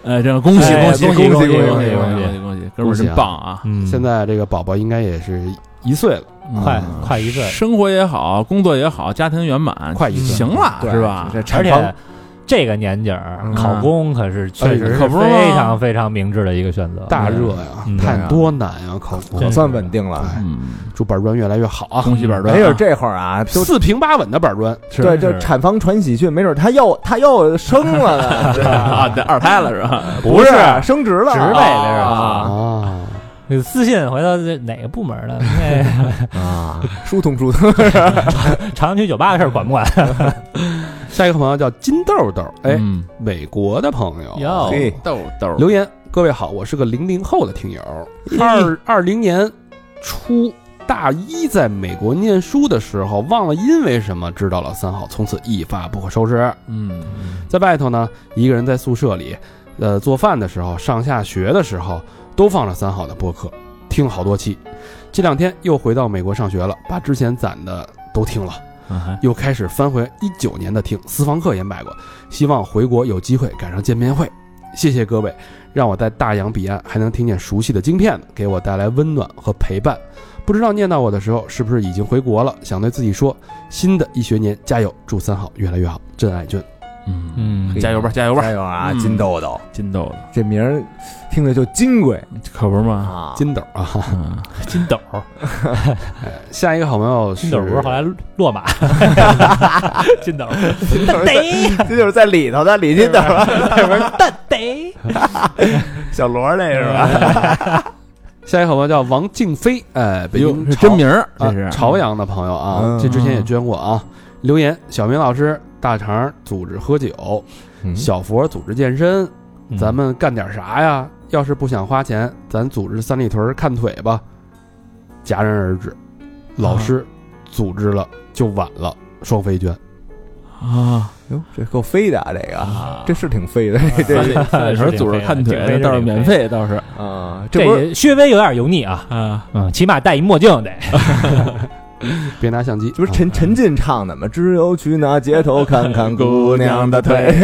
哎，这恭喜恭喜
恭喜
恭喜恭喜
恭喜
恭喜恭喜，哥们儿真棒啊！
嗯，
现在这个宝宝应该也是一岁了，
快快一岁，
生活也好，工作也好，家庭圆满，
快一岁
行了是吧？
这
而且这个年纪儿考公可是确实是非常非常明智的一个选择。
大热呀，太多难呀，考公
可算稳定了。
嗯，
祝板砖越来越好啊！
恭喜板砖，
没准这会儿啊，
四平八稳的板砖，
对，这产房传喜讯，没准他又他又生了呢，
啊，这二胎了是吧？
不是升职了，
职位这是
啊。
有私信回到这哪个部门的？那
啊，疏通疏通，
朝阳区酒吧的事儿管不管？
下一个朋友叫金豆豆，哎，
嗯
美国的朋友
哟，
嘿，
豆豆
留言，各位好，我是个零零后的听友，二二零年初大一在美国念书的时候，忘了因为什么知道了三好，从此一发不可收拾。
嗯，
在外头呢，一个人在宿舍里，呃，做饭的时候，上下学的时候，都放着三好的播客，听了好多期。这两天又回到美国上学了，把之前攒的都听了。又开始翻回一九年的听，私房课也买过，希望回国有机会赶上见面会。谢谢各位，让我在大洋彼岸还能听见熟悉的京片子，给我带来温暖和陪伴。不知道念到我的时候是不是已经回国了？想对自己说，新的一学年加油，祝三好越来越好。真爱君，
嗯
嗯，
加油吧，加油吧，
加油啊，
嗯
金豆豆，
金豆豆，
这名儿听着就金贵
可不是吗？
啊，
金斗啊！
嗯
金斗，
下一个好朋友是
金斗不是后来落马，金斗，
金豆得，这就是在里头的李金豆，
蛋得，
小罗那是吧？
下一个好朋友叫王静飞，哎，北京
是
朝
真名儿，
啊
这是
朝阳的朋友啊，
嗯
这之前也捐过啊。留言：小明老师，大肠组织喝酒，小佛组织健身，咱们干点啥呀？要是不想花钱，咱组织三里屯看腿吧。戛然而止，老师组织了就晚了，双飞捐。
啊，
哟，这够飞的啊，这个
啊
这是挺飞的，这
三里
这
三里屯组织看腿倒是免费，倒是
啊，这不是
这稍微有点油腻啊，
啊，
嗯，起码戴一墨镜得。
别拿相机，
这不是陈陈进唱的吗？只有去那街头看看姑娘的腿。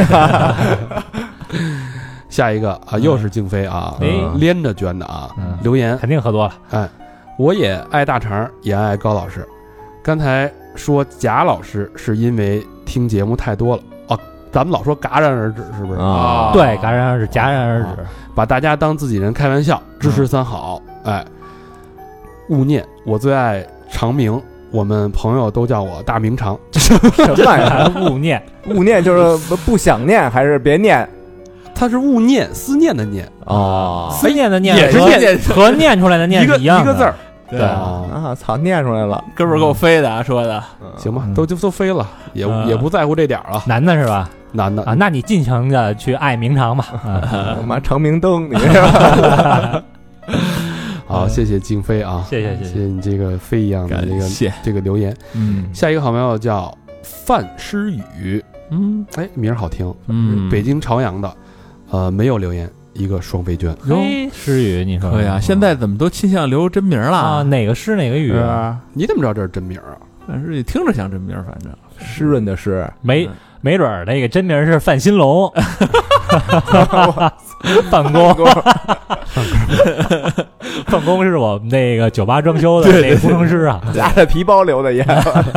下一个啊，又是静飞啊，
哎
连着捐的啊。
嗯
留言：
肯定喝多了。
哎，我也爱大肠，也爱高老师。刚才说贾老师是因为听节目太多了哦，咱们老说戛然而止，是不是
啊
对，戛然而止，戛然而止。
把大家当自己人开玩笑，支持三好。哎，勿念，我最爱长明，我们朋友都叫我大明长。
什么玩意儿？
勿念，
勿念就是不不想念，还是别念
他是勿念，思念的念
啊
思念的念
也是
和
念
和念出来的念
一个
是一样的
一个字儿。
对
啊，
啊！操，念出来了，
哥们儿够飞的啊，说的
行吧，都就都飞了，也
嗯
也不在乎这点儿了。
男的是吧？
男的
啊，那你尽情的去爱明长吧。啊
他妈长明灯，你知道吗？
好，谢谢静飞啊，
谢谢谢谢。
谢谢你这个飞一样的这个
谢，
这个留言。
嗯
下一个好朋友叫范诗雨，
嗯
哎，名儿好听，
嗯，
北京朝阳的，呃，没有留言，一个双飞捐。
嘿，诗雨，你说
可以啊，现在怎么都倾向留真名了
啊？哪个诗哪个雨
是
啊？
吧？
你怎么知道这是真名啊？
但是你听着像真名，反正
湿润的湿，
没没准儿那个真名是范新龙，范工，范工是我们那个酒吧装修的那个工程师啊。
夹着皮包留的言。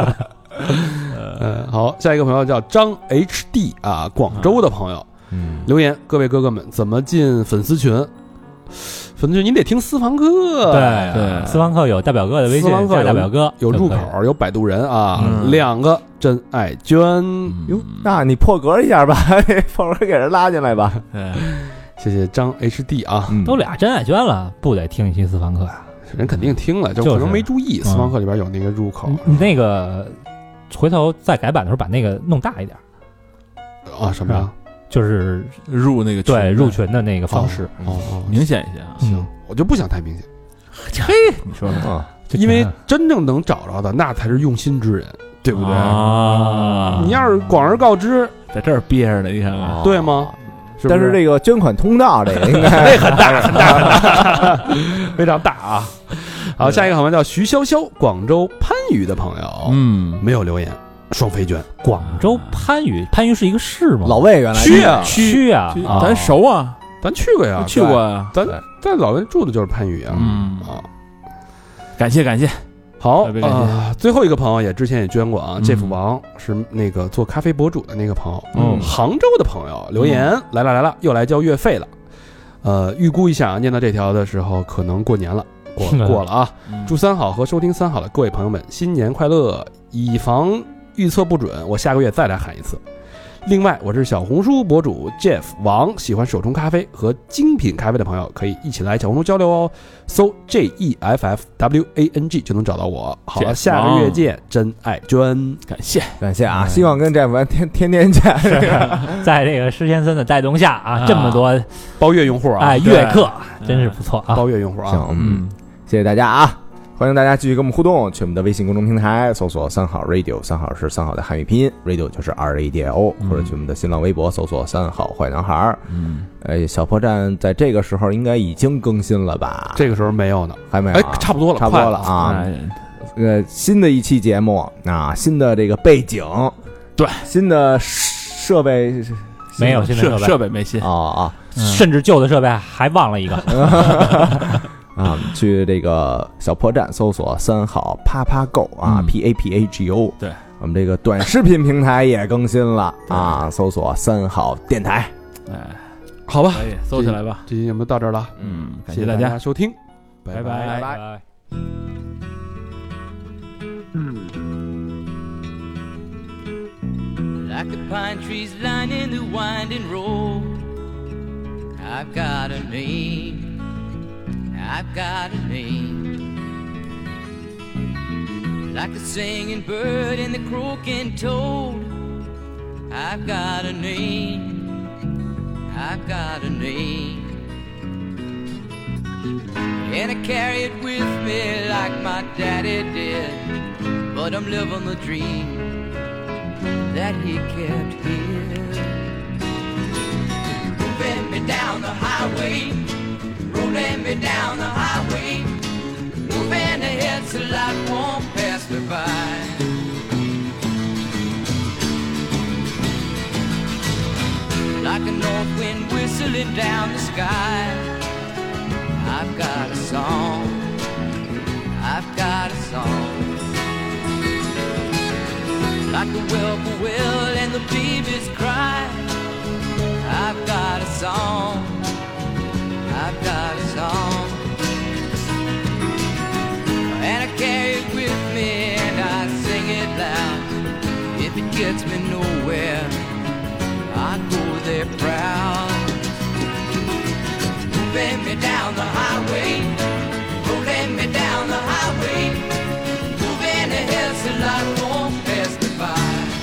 呃，好，下一个朋友叫张 H D 啊，广州的朋友
嗯，
留言：各位哥哥们，怎么进粉丝群？粉丝群你得听私房课，
对
对
私房课有大表哥的微信
私房，课
加
有
大表哥
有入
就可以
口，有摆渡人啊，
嗯
两个真爱捐。
哟，那你破格一下吧，破格给人拉进来吧。
对，
谢谢张 H D 啊，
嗯
都俩真爱捐了，不得听一期私房课呀？
人肯定听了，就
就是
可能没注意，
嗯
私房课里边有那个入口
你那个回头再改版的时候把那个弄大一点，
啊，什么呀？
就是
入那个群
对入群的那个方式，
哦哦，
明显一些啊。
行，我就不想太明显，
嘿，你说说
啊，
就
因为
挺
真正能找着的，那才是用心之人，对不对？
啊，
你要是广而告之，
在这儿憋着呢，你看看，
对吗？是不
但是这个捐款通道这个应该
那很大很大很大，非常大啊！好，下一个好朋友叫徐潇潇，广州番禺的朋友，
嗯，
没有留言，双飞捐。
广州番禺，番禺是一个市吗？
老魏原来
区啊
区啊，
这咱熟啊，
咱去过呀，
去过呀，
咱在老温住的就是番禺啊。
嗯
啊，
感谢感谢。
好
特别感谢
啊、最后一个朋友也之前也捐过啊、
嗯、
，Jeff 王是那个做咖啡博主的那个朋友，
嗯，
杭州的朋友留言、嗯、来了来了，又来交月费了。呃，预估一下啊，念到这条的时候可能过年了，过过了啊。
嗯、
祝三好和收听三好的各位朋友们新年快乐！以防预测不准，我下个月再来喊一次。另外，我是小红书博主 Jeff 王，喜欢手冲咖啡和精品咖啡的朋友可以一起来小红书交流哦，搜 J E F F W A N G 就能找到我。好了，下个月见，真爱娟，
感谢
感谢啊！希望跟 Jeff 天天天见，
在这个施先生的带动下啊，这么多
包月用户啊，
哎，月客真是不错啊，
包月用户啊，
行，嗯，谢谢大家啊！欢迎大家继续跟我们互动，去我们的微信公众平台搜索三好 radio， 三好是三好的汉语拼音 ，radio 就是 R A D I O，、嗯、或者去我们的新浪微博搜索三好坏男孩。嗯，呃，小破站在这个时候应该已经更新了吧？
这个时候没有呢，
还没有、啊，
哎，差不多了，
差不多了啊。呃，新的一期节目啊，新的这个背景，
对，
新的设备
没有新的设备，
设备没新
啊啊、
嗯，甚至旧的设备还忘了一个。
啊，去这个小破站搜索三好啪啪 Go 啊、嗯、，P A P A G O。
对，
我们这个短视频平台也更新了啊，搜索三好电台。
哎，
好吧，
可以搜起来吧。
这期节目到这儿了，
嗯，感
谢
大家
收听，
拜
拜
拜拜。
Like the pine trees lining the winding road, I've got a name.I've got a name. Like the singing bird and the croaking toad, I've got a name. I've got a name. And I carry it with me like my daddy did, but I'm living the dream that he kept here. Moving me down the highway,rolling me down the highway, moving ahead so life won't pass me by. Like a north wind whistling down the sky, I've got a song, I've got a song. Like the whippoorwill and the babies cry, I've got a song,I've got a song. And I carry it with me and I sing it loud. If it gets me nowhere, I go there proud. Moving me down the highway, rolling me down the highway, moving ahead so life won't pass me by.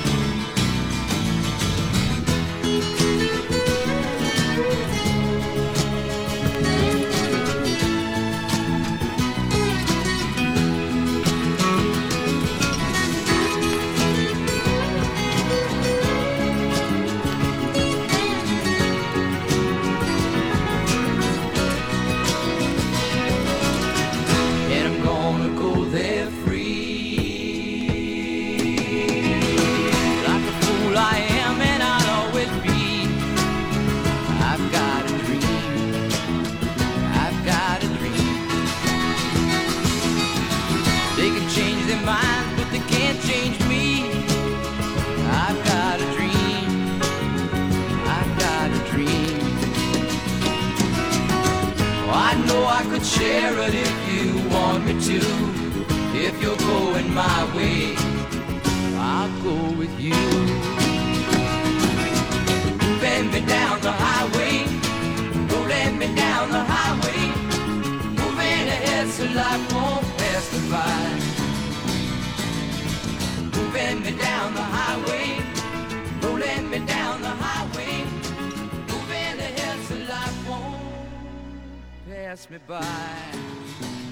Share it if you want me to. If you're going my way, I'll go with you. Bend me down the highway, rolling me down the highway, moving ahead so life won't pass me by. Moving me down the highway, rolling me down the highway, moving ahead so life won't pass me by.